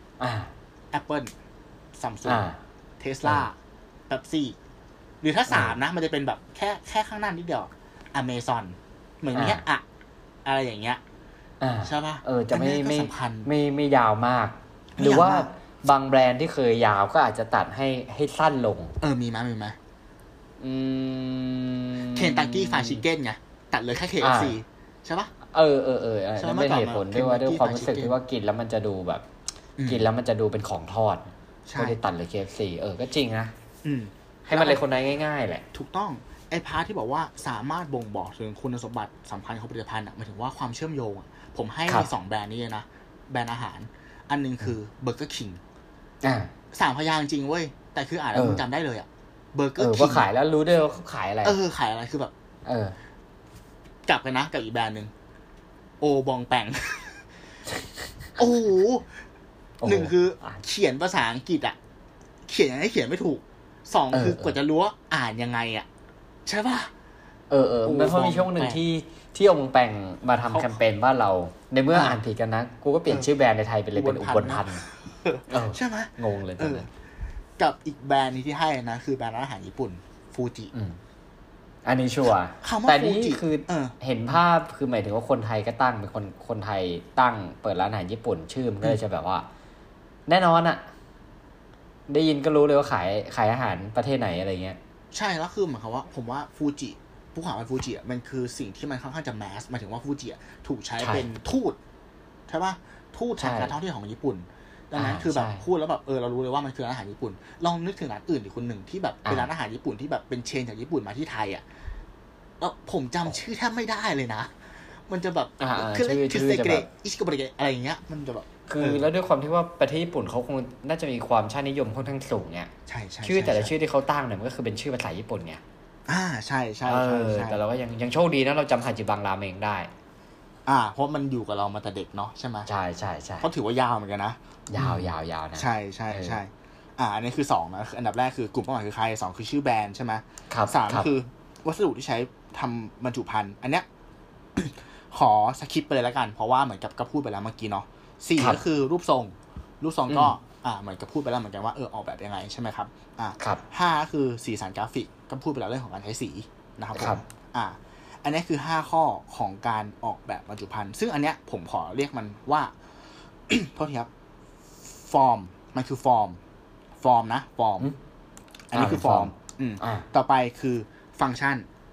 Apple Samsung Tesla Pepsi หรือถ้าสามนะมันจะเป็นแบบแค่แค่ข้างหน้านิดเดียว Amazon เหมือนเนี้ยอะอะไรอย่างเงี้ยใช่ป่ะเออจะไม่ไม่ไม่ไม่ยาวมากหรือว่าบางแบรนด์ที่เคยยาวก็อาจจะตัดให้ให้สั้นลงเออมีมั้ยมีมั้ยอืม Kentucky Fried Chicken ไงตัดเลยแค่ เค เอฟ ซี ใช่ป่ะเออเออเออนั่นเป็นเหตุผลด้วยว่าด้วยความรู้สึกที่ว่ากินแล้วมันจะดูแบบกินแล้วมันจะดูเป็นของทอดไม่ได้ตัดเลย เค เอฟ ซี เออก็จริงนะให้มันเลยคนได้ง่ายๆแหละถูกต้องไอ้พาร์ทที่บอกว่าสามารถบ่งบอกถึงคุณสมบัติสำคัญของผลิตภัณฑ์อ่ะหมายถึงว่าความเชื่อมโยงอ่ะผมให้สองแบรนด์นี้เลยนะแบรนด์อาหารอันนึงคือ Burger King อ่าสามพยางค์จริงเว้ยแต่คืออ่านแล้วมึงจำได้เลยอ่ะ Burger King ว่าขายแล้วรู้ด้วยว่าเขาขายอะไรเออขายอะไรคือแบบเออกลับกันนะกับอีกแบรนด์นึงโอบองแปงโอ้โหหนึ่งคือเขียนภาษาอังกฤษอ่ะเขียนยังไงเขียนไม่ถูกสองคือกว่าจะรู้ว่าอ่านยังไงอ่ะใช่ป่ะเออเออมันเพราะมีช่วงหนึ่งที่ที่องค์แปงมาทำแคมเปญบ้านเราในเมื่ออ่านผิดกันนะกูก็เปลี่ยนชื่อแบรนด์ในไทยไปเลยเป็นอุบลพันธ์ใช่ไหมงงเลยตอนนั้นกับอีกแบรนด์นี้ที่ให้นะคือแบรนด์อาหารญี่ปุ่นฟูจิอันนี้ชัวร์แต่นี่คือเห็นภาพคือหมายถึงว่าคนไทยก็ตั้งเป็นคนคนไทยตั้งเปิดร้านอาหารญี่ปุ่นชื่อมันก็เลยจะแบบว่าแน่นอนอะได้ยินก็รู้เลยว่าขายขายอาหารประเทศไหนอะไรเงี้ยใช่แล้วคือหมายความว่าผมว่าฟูจิภูเขาไฟฟูจิอ่ะมันคือสิ่งที่มันค่อนข้างจะแมสหมายถึงว่าฟูจิถูกใช้เป็นทูตใช่ป่ะทูตทางการท่องเที่ยวของญี่ปุ่นดังนั้นคือแบบพูดแล้วแบบเออเรารู้เลยว่ามันคือร้านอาหารญี่ปุ่นลองนึกถึงร้านอื่นอีกคนหนึ่งที่แบบเป็นร้านอาหารญี่ปุ่นที่แบบเป็นเชนจากญี่ปุ่นมาที่ไทยอ่ะแล้วผมจำชื่อแทบไม่ได้เลยนะมันจะแบบคือคือเซเกะอิชิโกะเบะอะไรอย่างเงี้ยมันจะแบบคือแล้วด้วยความที่ว่าประเทศญี่ปุ่นเขาคงน่าจะมีความชาตินิยมค่อนข้างสูงเนี่ยใช่ใช่ชื่อแต่ละชื่อที่เขาตั้งเนี่ยมันก็คือเป็นชื่อภาษาญี่ปุ่นไงอ่าใช่ใช่ใช่แต่เราก็ยังยังโชคดีนะเราจำฮาจิบังราเมงได้อ่าเพราะมันอยู่กับเรามาแต่เด็กเนาะใช่ไหมใช่ใช่ใช่เพราะถือว่ายาวเหมือนกันนะยาวยาวยาวนะใช่ใช่ใช่อ่าอันนี้คือสองนะอันดับแรกคือกลุ่มเป้าหมายคือใครสองคือชื่อแบรนด์ใช่ไหมสามคือวัสดุที่ใช้ทำบรรจุภัณฑ์อันเนี้ยขอสคิปไปเลยแล้วกันเพราะว่าเหมือนกับก็พูดไปแล้วเมื่อกี้เนาะสี่ก็คือรูปทรงรูปทรงก็อ่าเหมือนกับพูดไปแล้วเหมือนกันว่าเออออกแบบยังไงใช่ไหมครับอ่าห้าคือสีสันกราฟิกก็พูดไปแล้วเรื่องของการใช้สีนะครับผมอ่าอันนี้คือห้าข้อของการออกแบบบรรจุภัณฑ์ซึ่งอันเนี้ยผมขอเรียกมันว่า โทษทีครับฟอร์มมันคือฟอร์มฟอร์มนะฟอร์มอันนี้คือฟอร์มอืมต่อไปคือฟังก์ชัน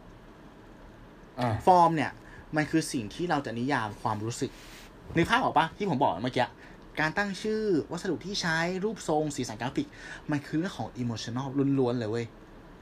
ฟอร์มเนี่ยมันคือสิ่งที่เราจะนิยามความรู้สึกนึกภาพออกปะที่ผมบอกเมื่อกี้การตั้งชื่อวัสดุที่ใช้รูปทรงสีสันกราฟิกมันคือเรื่องของอิโมชันนอลล้วนๆเลยเว้ย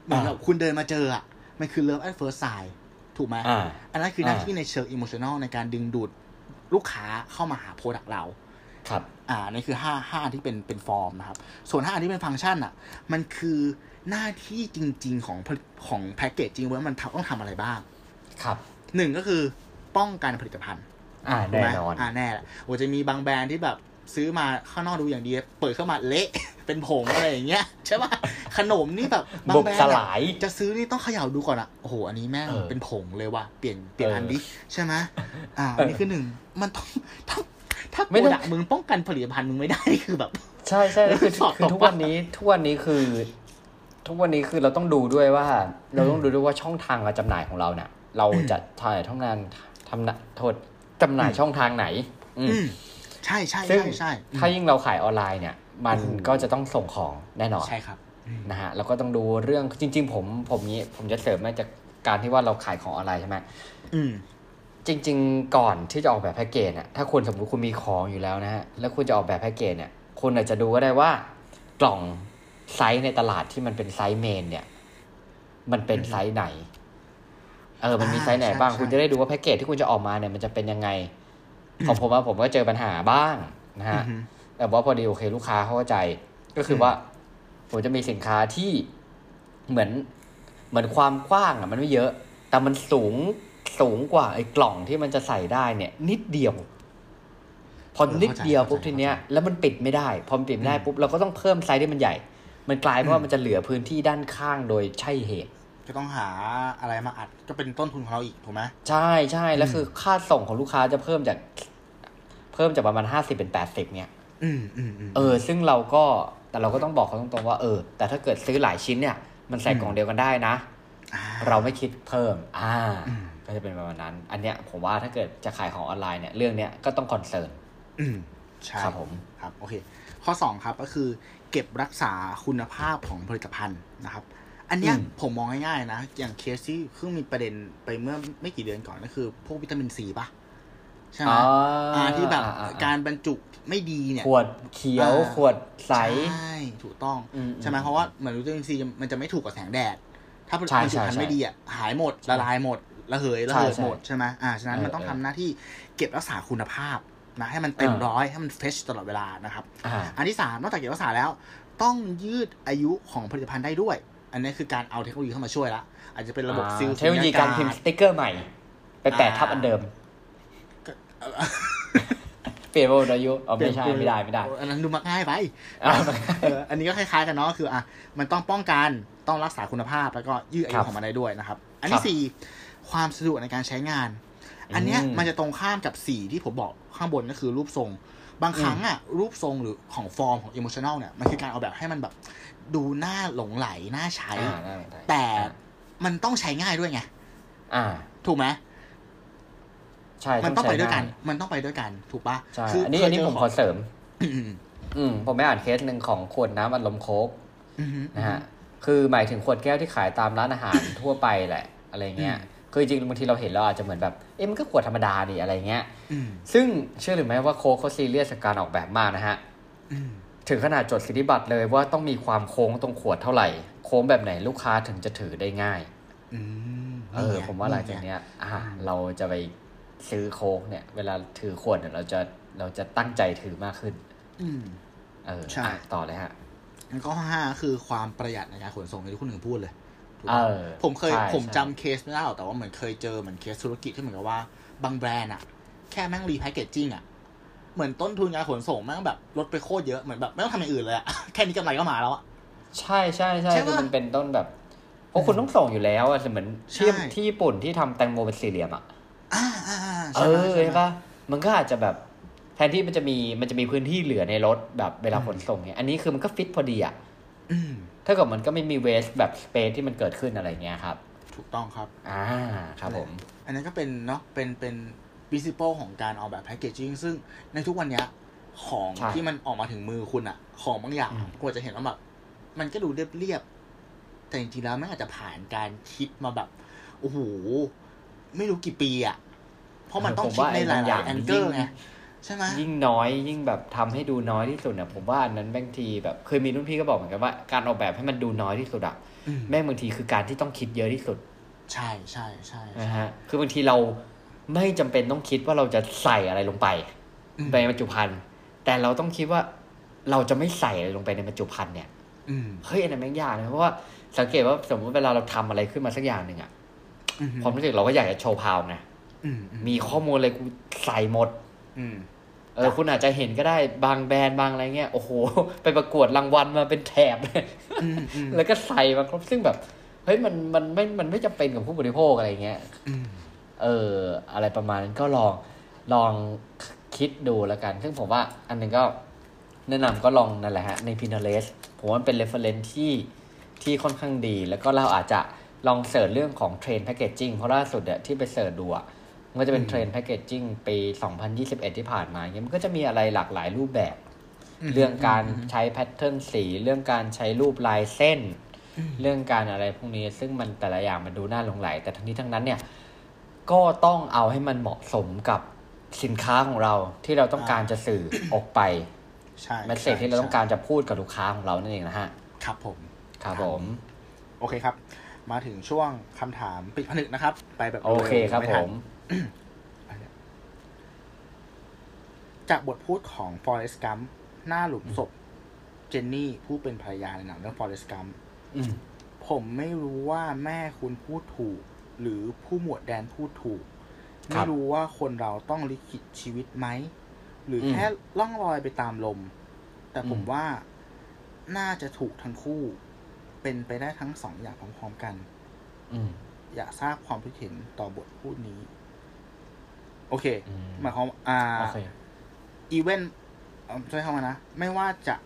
เหมือนกับคุณเดินมาเจออ่ะมันคือ love at first sight ถูกไหมอ, อันนั้นคือหน้าที่ในเชิง emotional ในการดึงดูดลูกค้าเข้ามาหา product เราครับอ่านี่คือห้า ห้าอันที่เป็นเป็นฟอร์มนะครับส่วนห้าอันที่เป็นฟังก์ชันอ่ะมันคือหน้าที่จริงๆของของแพ็คเกจจริงว่ามันต้องทำอะไรบ้างครับหนึ่งก็คือป้องกันผลิตภัณฑ์อ่าแน่นอนอ่าแน่แหละโอ้จะมีบางแบรนด์ที่แบบซื้อมาข้างนอกดูอย่างดีเปิดเข้ามาเละเป็นผงอะไรอย่างเงี้ยใช่ป่ะขนมนี่แบบบางแบรนด์จะซื้อนี่ต้องเขย่าดูก่อนอ่ะโอ้โหอันนี้แม่งเป็นผงเลยว่ะเปลี่ยนเปลี่ยนอันดิใช่ไหมอ่าอันนี้คือหนึ่งมันต้องถ้าถ้าโปรดักต์มึงป้องกันผลิตภัณฑ์มึงไม่ได้คือแบบใช่ใช่คือคือทุกวันนี้ทุกวันนี้คือทุกวันนี้คือเราต้องดูด้วยว่าเราต้องดูด้วยว่าช่องทางการจำหน่ายของเราเนี่ยเราจะถ่ายช่องทางทำโทษจำหน่ายช่องทางไหนอืมใช่ใช่ใช่ใช่ถ้ายิ่งเราขายออนไลน์เนี่ยมันก็จะต้องส่งของแน่นอนใช่ครับนะฮะแล้วก็ต้องดูเรื่องจริงๆผมผมนี้ผมจะเสริมมาจากการที่ว่าเราขายของออนไลน์ใช่ไหมอืมจริงๆก่อนที่จะออกแบบแพ็กเกจเนี่ยถ้าคุณสมมติคุณมีของอยู่แล้วนะฮะแล้วคุณจะออกแบบแพ็กเกจเนี่ยคุณอาจจะดูก็ได้ว่ากล่องไซส์ในตลาดที่มันเป็นไซส์เมนเนี่ยมันเป็นไซส์ไหนเออมันมีไซส์ไหนบ้างคุณจะได้ดูว่าแพ็กเกจที่คุณจะออกมาเนี่ยมันจะเป็นยังไงของผมว่าผมก็เจอปัญหาบ้างนะฮะแต่ว่าพอดีโอเคลูกค้าเข้าใจก็คือว่าผมจะมีสินค้าที่เหมือนเหมือนความกว้างอ่ะมันไม่เยอะแต่มันสูงสูงกว่าไอ้กล่องที่มันจะใส่ได้เนี่ยนิดเดียวพอนิดเดียวปุ๊บทีเนี้ยแล้วมันปิดไม่ได้พอมันปิดไม่ได้ปุ๊บเราก็ต้องเพิ่มไซส์ที่มันใหญ่มันกลายเป็นว่ามันจะเหลือพื้นที่ด้านข้างโดยใช่เหตุก็ต้องหาอะไรมาอัดก็เป็นต้นทุนของเราอีกถูกไหมใช่ใช่แล้วคือค่าส่งของลูกค้าจะเพิ่มจากเพิ่มจากประมาณห้าสิบเป็นแปดสิบเนี่ยอืมอืมเออซึ่งเราก็แต่เราก็ต้องบอกเขาตรงๆว่าเออแต่ถ้าเกิดซื้อหลายชิ้นเนี่ยมันใส่กล่องเดียวกันได้นะเราไม่คิดเพิ่มอ่าก็จะเป็นประมาณนั้นอันเนี้ยผมว่าถ้าเกิดจะขายของออนไลน์เนี่ยเรื่องเนี้ยก็ต้องคอนเซิร์นอืมใช่ครับผมครับโอเคข้อสองครับก็คือเก็บรักษาคุณภาพของผลิตภัณฑ์นะครับอันเนี้ยผมมองง่ายๆนะอย่างเคสที่เพิ่งมีประเด็นไปเมื่อไม่กี่เดือนก่อนก็คือพวกวิตามินซีป่ะใช่ไหมอ่าที่แบบการบรรจุไม่ดีเนี่ยขวดเขียวขวดใสใช่ถูกต้องใช่ไหมเพราะว่าเหมือนวิตามินซีมันจะไม่ถูกกับแสงแดดถ้าบรรจุภัณฑ์ไม่ดีอ่ะหายหมดละลายหมดระเหยระเหิดหมดใช่ไหมอ่าฉะนั้นมันต้องทำหน้าที่เก็บรักษาคุณภาพนะให้มันเต็มร้อยให้มันเฟรชตลอดเวลานะครับอันที่สามนอกจากเก็บรักษาแล้วต้องยืดอายุของผลิตภัณฑ์ได้ด้วยอันนี้คือการเอาเทคโนโลยีเข้ามาช่วยละอาจจะเป็นระบบซีลเทคโนโลยีการพิมพ์สติ๊กเกอร์ใหม่ไปแปะทับอันเดิมเปลี่ยนโมเดลอายุอ๋อไม่ใช่ไม่ได้ไม่ได้อันนั้นดูมักง่ายไปอันนี้ก็คล้ายๆกันเนาะคืออ่ะมันต้องป้องกันต้องรักษาคุณภาพแล้วก็ยืดอายุของมันได้ด้วยนะครับอันที่สี่ความสะดวกในการใช้งานอันเนี้ยมันจะตรงข้ามกับสี่ที่ผมบอกข้างบนก็คือรูปทรงบางครั้งอ่ะรูปทรงหรือของฟอร์มของ emotional เนี่ยมันคือการเอาแบบให้มันแบบดูน่าหลงไหลน่าใช้แต่มันต้องใช้ง่ายด้วยไงถูกไหมใช่มันต้องไปด้วยกันมันต้องไปด้วยกันถูกป่ะคืออันนี้อันนี้ผมขอเสริมอืมผมไม่อ่านเคสหนึ่งของขวดน้ำอัดลมโค้กนะฮะคือหมายถึงขวดแก้วที่ขายตามร้านอาหารทั่วไปแหละอะไรเงี้ยคือจริงๆบางทีเราเห็นเราอาจจะเหมือนแบบเอ๊ะมันก็ขวดธรรมดาดิอะไรเงี้ยซึ่งเชื่อหรือไม่ว่าโค้กเขาซีเรียสกับการออกแบบมากนะฮะถึงขนาดจดสิทธิบัตรเลยว่าต้องมีความโค้งตรงขวดเท่าไหร่โค้งแบบไหนลูกค้าถึงจะถือได้ง่ายเออผมว่าหลังจากเนี้ยอ่าเราจะไปซื้อโค้กเนี่ยเวลาถือขวดเนี่ยเราจะเราจะตั้งใจถือมากขึ้นเออใช่ต่อเลยฮะข้อห้าคือความประหยัดในการขนส่งที่คุณหนึ่งพูดเลยผมเคยผมจำเคสไม่ได้หรอกแต่ว่าเหมือนเคยเจอเหมือนเคสธุรกิจที่เหมือนกับว่าบางแบรนด์อะแค่แม่งรีแพคเกจจิ้งอะเหมือนต้นทุนการขนส่งแม่งแบบลดไปโคตรเยอะเหมือนแบบไม่ต้องทำอย่างอื่นเลยอะแค่นี้กำไรก็มาแล้วอะใช่ใช่ใช่คือมันเป็นต้นแบบเพราะคุณต้องส่งอยู่แล้วอะเหมือนที่ที่ญี่ปุ่นที่ทำแตงโมเป็นสี่เหลี่ยมอะเออใช่ป่ะมันก็อาจจะแบบแทนที่มันจะมีมันจะมีพื้นที่เหลือในรถแบบเวลาขนส่งเนี่ยอันนี้คือมันก็ฟิตพอดีอะถ้าเกิดมันก็ไม่มีเวสแบบสเปซที่มันเกิดขึ้นอะไรเงี้ยครับถูกต้องครับอ่าครับผมอันนั้นก็เป็นเนาะเป็นเป็น principle ของการออกแบบแพคเกจจิ้งซึ่งในทุกวันนี้ของที่มันออกมาถึงมือคุณอะของบางอย่างกว่าจะเห็นว่าแบบมันก็ดูเรียบๆแต่จริงๆแล้วมันอาจจะผ่านการคิดมาแบบโอ้โหไม่รู้กี่ปีอะเพราะมันต้องคิดในหลายๆแองเกิลไงใช่ไหมยิ่งน้อยยิ่งแบบทำให้ดูน้อยที่สุดเนี่ยผมว่าอันนั้นบางทีแบบเคยมีรุ่นพี่ก็บอกเหมือนกันว่าการออกแบบให้มันดูน้อยที่สุดอะแม่งบางทีคือการที่ต้องคิดเยอะที่สุดใช่ใช่ใช่นะฮะคือบางทีเราไม่จำเป็นต้องคิดว่าเราจะใส่อะไรลงไปในบรรจุภัณฑ์แต่เราต้องคิดว่าเราจะไม่ใส่อะไรลงไปในบรรจุภัณฑ์เนี่ยเฮ้ยอันนั้นแม่งยากนะเพราะว่าสังเกตว่าสมมติเวลาเราทำอะไรขึ้นมาสักอย่างหนึ่งอะความรู้สึกเราก็อยากจะโชว์พาวไงมีข้อมูลอะไรกูใส่หมดเออคุณอาจจะเห็นก็ได้บางแบรนด์บางอะไรเงี้ยโอ้โหไปประกวดรางวัลมาเป็นแถบเลยแล้วก็ใส่มาครบซึ่งแบบเฮ้ยมันมันไม่มันไม่จำเป็นกับผู้บริโภคอะไรเงี้ยเอออะไรประมาณนั้นก็ลองลองคิดดูแล้วกันซึ่งผมว่าอันนึงก็แนะนำก็ลองนั่นแหละฮะใน Pinterest ผมว่าเป็น reference ที่ที่ค่อนข้างดีแล้วก็เราอาจจะลองเสิร์ชเรื่องของเทรนด์แพคเกจจิ้งเพราะล่าสุดเนี่ยที่ไปเสิร์ชดูอ่ะมันก็จะเป็นเทรนด์แพคเกจจิ้งปีสองพันยี่สิบเอ็ดที่ผ่านมาเงี้ยมันก็จะมีอะไรหลากหลายรูปแบบเรื่องการใช้แพทเทิร์นสีเรื่องการใช้รูปลายเส้นเรื่องการอะไรพวกนี้ซึ่งมันแต่ละอย่างมันดูน่าหลงใหลแต่ทั้งนี้ทั้งนั้นเนี่ยก็ต้องเอาให้มันเหมาะสมกับสินค้าของเราที่เราต้องการจะสื่อออกไปใช่เมสเสจที่เราต้องการจะพูดกับลูกค้าของเรานั่นเองนะฮะครับผมครับผมโอเคครับมาถึงช่วงคำถามปิดผนึกนะครับไปแบบโอเคครับผมจากบทพูดของ Forrest Gump หน้าหลุมศพเจนนี่ผู้เป็นภรรยาในหนังเรื่อง Forrest Gump ผมไม่รู้ว่าแม่คุณพูดถูกหรือผู้หมวดแดนพูดถูกไม่รู้ว่าคนเราต้องลิขิตชีวิตไหมหรือแค่ล่องลอยไปตามลมแต่ผมว่าน่าจะถูกทั้งคู่เป็นไปได้ทั้งสองอย่างพร้อมๆกันอยากทราบความคิดเห็นต่อบทพูดนี้โอเคหมายความอ่าอีเวนต์ช่วยเข้ามานะไม่ว่าจะ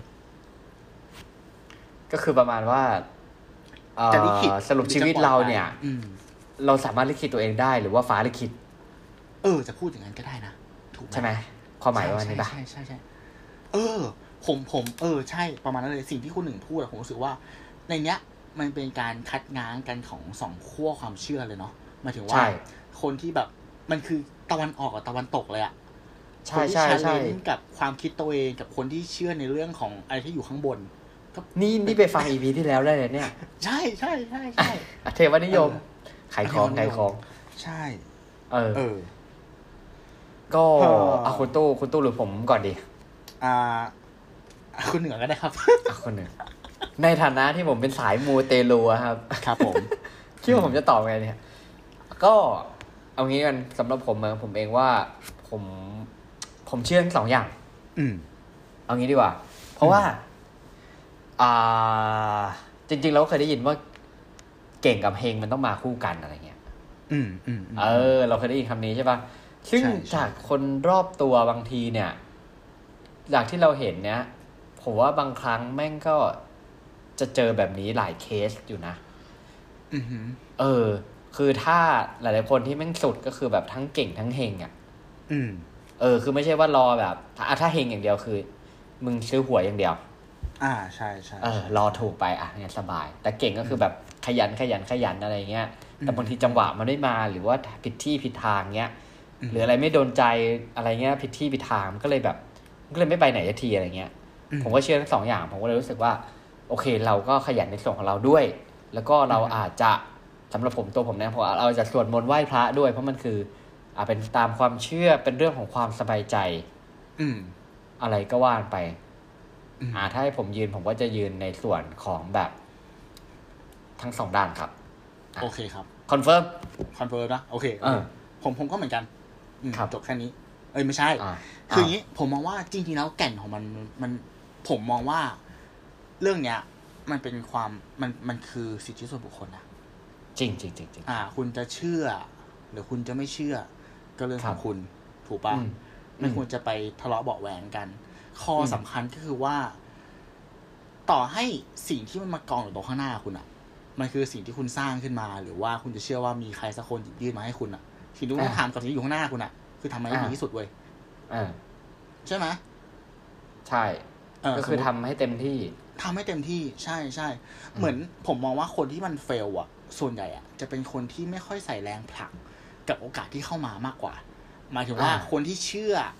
ก็คือประมาณว่าจะลิขิตสรุปชีวิตเราเนี่ยเราสามารถลิขิตตัวเองได้หรือว่าฟ้าลิขิตเออจะพูดอย่างนั้นก็ได้นะถูกใช่ไหมความหมายว่านี้ป่ะใช่ใช่ใช่เออผมผมเออใช่ประมาณนั้นเลยสิ่งที่คุณหนึ่งพูดผมรู้สึกว่าในเนี้ยมันเป็นการคัดง้างกันของสองขั้วความเชื่อเลยเนาะหมายถึงว่าคนที่แบบมันคือตะวันออกกับตะวันตกเลยอะใช่ใช่ใช่กับความคิดตัวเองกับคนที่เชื่อในเรื่องของอะไรที่อยู่ข้างบนนี่นี่ไปฟัง อี พี ที่แล้วได้เลยเนี่ยใช่ใช่ใช่ใช่เทวนิยมขายของขายของใช่เออเออก็อ่ะคุณตู้คุณตู้หรือผมก่อนดีอ่าคุณเหนือก็ได้ครับอ่ะคุณเหนือในฐานะที่ผมเป็นสายมูเตลูครับครับผมคิดว่าผมจะตอบไงเนี่ยก็เอางี้กันสำหรับผมนะผมเองว่าผมผมเชื่อทั้งสองอย่างอืมเอางี้ดีกว่าเพราะว่าอ่าจริงๆเราเคยได้ยินว่าเก่งกับเฮงมันต้องมาคู่กันอะไรเงี้ยอืมอืมเออเราเคยได้ยินคำนี้ใช่ป่ะซึ่งจากคนรอบตัวบางทีเนี่ยจากที่เราเห็นเนี่ยผมว่าบางครั้งแม่งก็จะเจอแบบนี้หลายเคสอยู่นะอือเออคือถ้าหลายๆคนที่แม่งสุดก็คือแบบทั้งเก่งทั้งเฮงอ่ะอืมเออคือไม่ใช่ว่ารอแบบถ้าถ้าเฮงอย่างเดียวคือมึงซื้อหวยอย่างเดียวอ่าใช่ใช่เออรอถูกไปอ่ะเนี่ยสบายแต่เก่งก็คือแบบขยันขยันขยันอะไรเงี้ยแต่บางทีจังหวะมันไม่มาหรือว่าผิดที่ผิดทางเงี้ยหรืออะไรไม่โดนใจอะไรเงี้ยผิดที่ผิดทางก็เลยแบบก็เลยไม่ไปไหนสักทีอะไรเงี้ยผมก็เชื่อทั้งสองอย่างผมก็เลยรู้สึกว่าโอเคเราก็ขยันในส่วนของเราด้วยแล้วก็เราอาจจะสำหรับผมตัวผมเนี่ยผมเราจะสวดมนต์ไหว้พระด้วยเพราะมันคืออ่าเป็นตามความเชื่อเป็นเรื่องของความสบายใจอืมอะไรก็ว่านไปอ่าถ้าให้ผมยืนผมก็จะยืนในส่วนของแบบทั้งสองด้านครับโอเคครับคอนเฟิร์มคอนเฟิร์มนะโอเคผมผมก็เหมือนกันจบแค่นี้เอ้ยไม่ใช่อ, คืออย่างนี้ผมมองว่าจริงๆแล้วแก่นของมันมันผมมองว่าเรื่องเนี้ยมันเป็นความมันมันคือสิทธิส่วนบุคคลนะจริงจริงจริงจริงอ่าคุณจะเชื่อหรือคุณจะไม่เชื่อก็เรื่องของคุณถูกปะไม่ควรจะไปทะเลาะเบาะแหวงกันข้อสำคัญก็คือว่าต่อให้สิ่งที่มันมากองอยู่ตรงข้างหน้าคุณอ่ะมันคือสิ่งที่คุณสร้างขึ้นมาหรือว่าคุณจะเชื่อว่ามีใครสักคนหยิบยื่นมาให้คุณอ่ะสิ่งที่คุณทำกับสิ่งที่อยู่ข้างหน้าคุณอ่ะคือทำให้ดีที่สุดเว้ยใช่ไหมใช่ก็คือทำให้เต็มที่ทำให้เต็มที่ใช่ใช่เหมือนผมมองว่าคนที่มันเฟลอ่ะส่วนใหญ่อ่ะจะเป็นคนที่ไม่ค่อยใส่แรงผลักกับโอกาสที่เข้ามามากกว่าหมายถึงว่าคนที่เชื่อ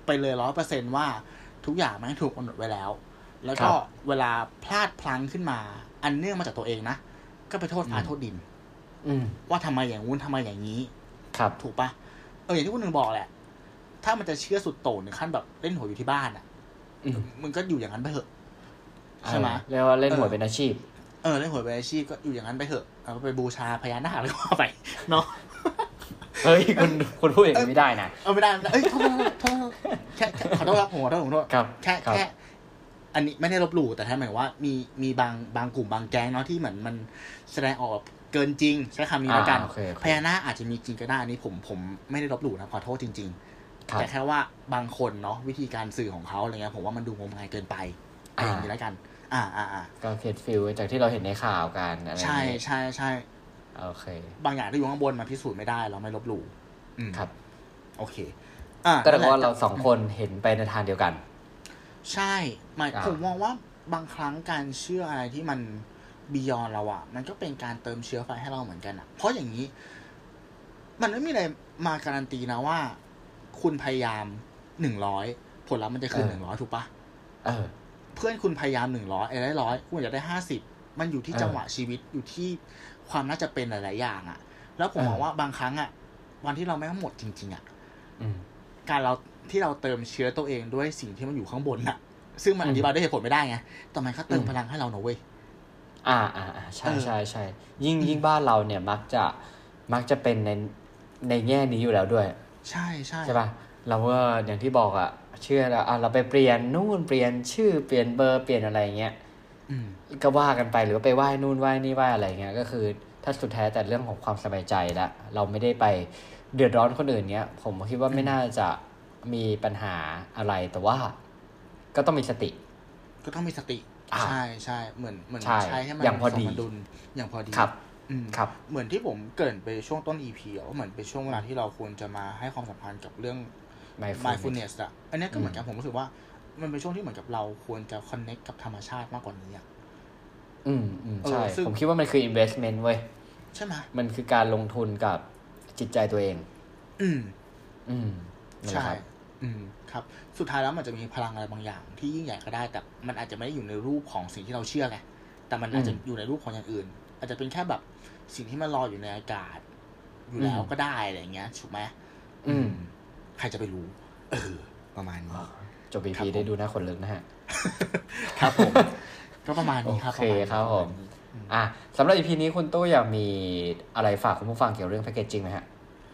ไปเลย ร้อยเปอร์เซ็นต์ ว่าทุกอย่างมันถูกกำหนดไว้แล้วแล้วก็เวลาพลาดพลั้งขึ้นมาอันเนื่องมาจากตัวเองนะก็ไปโทษฟ้าโทษดินว่าทำไมอย่างงู้นทำไมอย่างนี้ครับถูกปะเอออย่างที่คุณหนึ่งบอกแหละถ้ามันจะเชื่อสุดโต่งถึงขั้นแบบเล่นหวยอยู่ที่บ้านอ่ะมึงก็อยู่อย่างนั้นไปเถอะใช่ไหมเรียกว่าเล่นหวยเป็นอาชีพเออเล่นหวยเป็นอาชีพก็อยู่อย่างนั้นไปเถอะเอาไปบูชาพญานาคแล้วก็ไปเนาะเฮ้ยคุณคุณพูดอย่างนี้ไม่ได้นะเออไม่ได้เอ้ยโทษโทษแค่ขอโทษครับผมขอโทษผมขอโทษแค่แค่อันนี้ไม่ได้ลบหลู่แต่ถ้าหมายว่ามีมีบางบางกลุ่มบางแก๊งเนาะที่เหมือนมันแสดงออกเกินจริงใช้คำนี้แล้วกันพญานาคอาจจะมีจริงก็ได้อันนี้ผมผมไม่ได้ลบหลู่นะขอโทษจริงๆแต่แค่ว่าบางคนเนาะวิธีการสื่อของเขาอะไรเงี้ยผมว่ามันดูงมงายเกินไปอะไรอย่างนี้แล้วกันอ่าอ่าอ่าก็เคสฟิลจากที่เราเห็นในข่าวกันอะไรใช่ใช่ใช่โอเคบางอย่างที่อยู่ข้างบนมาพิสูจน์ไม่ได้เราไม่ลบหลู่ครับโอเคอ่าก็แต่ว่าเราสองคนเห็นไปในทางเดียวกันใช่หมายผมมองว่าบางครั้งการเชื่ออะไรที่มันบียอนเราอ่ะมันก็เป็นการเติมเชื้อไฟให้เราเหมือนกันอ่ะเพราะอย่างนี้มันไม่มีอะไรมาการันตีนะว่าคุณพยายามหนึ่งร้อยผลลัพธ์มันจะขึ้นหนึ่งร้อยถูกปะเออเพื่อนคุณพยายามหนึ่งร้อยไอ้ได้ร้อยคุณอยากได้ห้าสิบมันอยู่ที่จังหวะชีวิตอยู่ที่ความน่าจะเป็นหลายๆอย่างอ่ะแล้วผมมองว่าบางครั้งอ่ะวันที่เราไม่ทั้งหมดจริงๆอ่ะการเราที่เราเติมเชื้อตัวเองด้วยสิ่งที่มันอยู่ข้างบนน่ะซึ่งมันอธิบายด้วยเหตุผลไม่ได้ไงแต่มันก็เติมพลังให้เราหน่อยเว้ยอ่าอ่าใช่ใช่ใช่ยิ่งยิ่งบ้านเราเนี่ยมักจะมักจะเป็นในในแง่นี้อยู่แล้วด้วยใช่ใช่ใช่ป่ะเราก็อย่างที่บอกอ่ะเชื่อแล้วอ่ะเราไปเปลี่ยนนู่นเปลี่ยนชื่อเปลี่ยนเบอร์เปลี่ยนอะไรเงี้ยก็ว่ากันไปหรือว่าไปไหว้นู่นไหว้นี่ไหว้อะไรเงี้ยก็คือถ้าสุดแท้แต่เรื่องของความสบายใจละเราไม่ได้ไปเดือดร้อนคนอื่นเนี้ยผมคิดว่าไม่น่าจะมีปัญหาอะไรแต่ว่าก็ต้องมีสติก็ต้องมีสติใช่ใช่เหมือนเหมือนใช้ให้มันอย่างพอดีอย่างพอดีครับอืมครับเหมือนที่ผมเกริ่นไปช่วงต้น อี พี อ่ะว่าเหมือนเป็นช่วงเวลาที่เราควรจะมาให้ความสำคัญกับเรื่อง mindfulness อ่ะอันนี้ก็เหมือนกันผมรู้สึกว่ามันเป็นช่วงที่เหมือนกับเราควรจะ connect กับธรรมชาติมากกว่านี้อ่ะอืมอืมใช่ผมคิดว่ามันคือ investment เว้ยใช่ไหมมันคือการลงทุนกับจิตใจตัวเองอืมอืมใช่อืมครับสุดท้ายแล้วมันจะมีพลังอะไรบางอย่างที่ยิ่งใหญ่ก็ได้แต่มันอาจจะไม่ได้อยู่ในรูปของสิ่งที่เราเชื่อไงแต่มันอาจจะอยู่ในรูปของอย่างอื่นอาจจะเป็นแค่แบบสิ่งที่มันลอยอยู่ในอากาศอยู่แล้วก็ได้อะไรอย่างเงี้ยถูกไหมอืมใครจะไปรู้เออประมาณนี้จบ อี พี ได้ดูหน้าคนลึกนะฮะครับผมก็ประมาณนี้ครับโอเคครับผมอ่ะสำหรับ อี พี นี้คุณตู้อยากมีอะไรฝากคุณผู้ฟังเกี่ยวกับเรื่องแพคเกจจิ้งไหมฮะ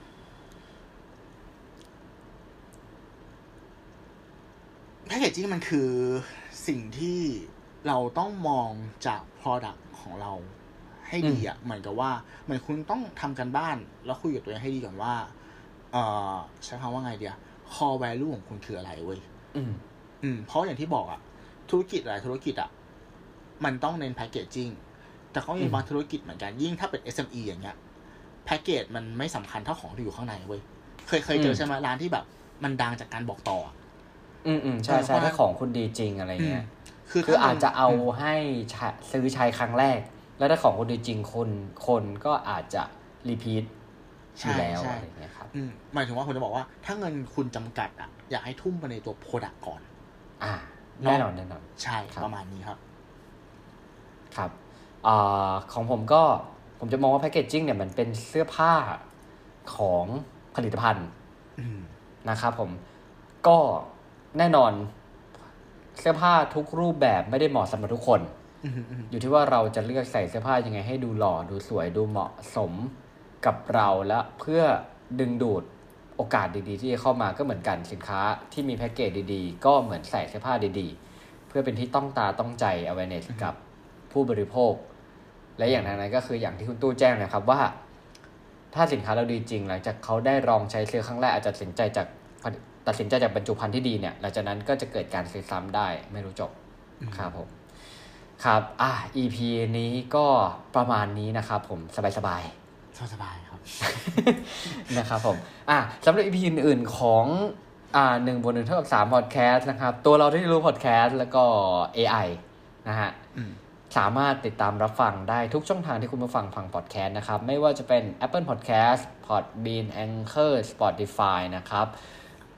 แพคเกจจิ้งมันคือสิ่งที่เราต้องมองจาก product ของเราให้ดีอ่ะเหมือนกับว่าเหมือนคุณต้องทำกันบ้านแล้วคุยกับตัวเองให้ดีก่อนว่าเอ่อใช้คำว่าไงเดีย core value ของคุณคืออะไรเว้ยอืมอืมเพราะอย่างที่บอกอ่ะธุรกิจหลายธุรกิจอ่ะมันต้องเน้นแพคเกจจิ้งแต่เขามีบางธุรกิจเหมือนกันยิ่งถ้าเป็น เอส เอ็ม อี อย่างเงี้ยแพคเกจมันไม่สำคัญเท่าของที่อยู่ข้างในเว้ยเคยเคยเจอใช่ไหมร้านที่แบบมันดังจากการบอกต่ออืมอืมใช่ใช่ถ้าของคุณดีจริงอะไรเงี้ยคือคืออาจจะเอาให้ซื้อใช้ครั้งแรกแล้วถ้าของคุณดีจริงคนคนก็อาจจะรีพีทอยู่แล้วอะไรเงี้ยครับอืมหมายถึงว่าผมจะบอกว่าถ้าเงินคุณจำกัดอ่ะอยากให้ทุ่มไปในตัวโปรดักต์ก่อนอ่าแน่นอนแน่นอนใช่ประมาณนี้ครับครับอ่าของผมก็ผมจะมองว่าแพคเกจจิ้งเนี่ยมันเป็นเสื้อผ้าของผลิตภัณฑ์นะครับผมก็แน่นอนเสื้อผ้าทุกรูปแบบไม่ได้เหมาะสำหรับทุกคนอยู่ที่ว่าเราจะเลือกใส่เสื้อผ้ายังไงให้ดูหล่อดูสวยดูเหมาะสมกับเราและเพื่อดึงดูดโอกาสดีๆที่จะเข้ามาก็เหมือนกันสินค้าที่มีแพ็กเกจดีๆก็เหมือนใส่เสื้อผ้าดีๆเพื่อเป็นที่ต้องตาต้องใจ awareness กับผู้บริโภคและอย่างนั้นก็คืออย่างที่คุณตู้แจ้งนะครับว่าถ้าสินค้าเราดีจริงหลังจากเขาได้ลองใช้ซื้อครั้งแรกอาจจะตัดสินใจจากตัดสินใจจากบรรจุภัณฑ์ที่ดีเนี่ยหลังจากนั้นก็จะเกิดการซื้อซ้ำได้ไม่รู้จบครับผมครับอ่ะ อี พี นี้ก็ประมาณนี้นะครับผมสบายๆสบายๆครับนะครับผมอ่ะสำหรับ อี พี อื่นๆของอ่าหนึ่งบวกหนึ่งเท่ากับสามพอดแคสต์นะครับตัวเราที่รู้พอดแคสต์แล้วก็ เอ ไอ นะฮะสามารถติดตามรับฟังได้ทุกช่องทางที่คุณผู้ฟังฟังพอดแคสต์นะครับไม่ว่าจะเป็น Apple Podcast Podbean Anchor Spotify นะครับ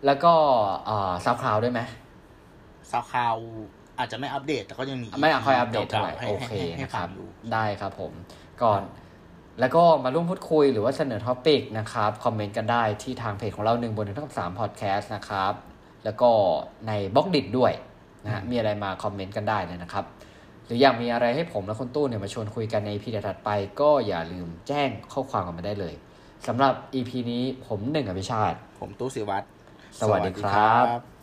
แล้วก็ซาวคลาวด้วยไหมซาวคลาวอาจจะไม่อัปเดตแต่ก็ยังมีไม่ค่อยอัปเดตเท่าไหร่โอเคนะครับได้ครับผมก่อนแล้วก็มาร่วมพูดคุยหรือว่าเสนอท็อปิกนะครับคอมเมนต์กันได้ที่ทางเพจของเราหนึ่งบนหนึ่งเท่ากับสามพอดแคสต์นะครับแล้วก็ในบล็อกดิทด้วยนะฮะมีอะไรมาคอมเมนต์กันได้เลยนะครับหรืออยากมีอะไรให้ผมและคุณตู้เนี่ยมาชวนคุยกันใน อี พี ถัดไปก็อย่าลืมแจ้งข้อความกันมาได้เลยสำหรับ อี พี นี้ผมหนึ่งอภิชาติผมตู้ศิวัตรสวัสดีครับ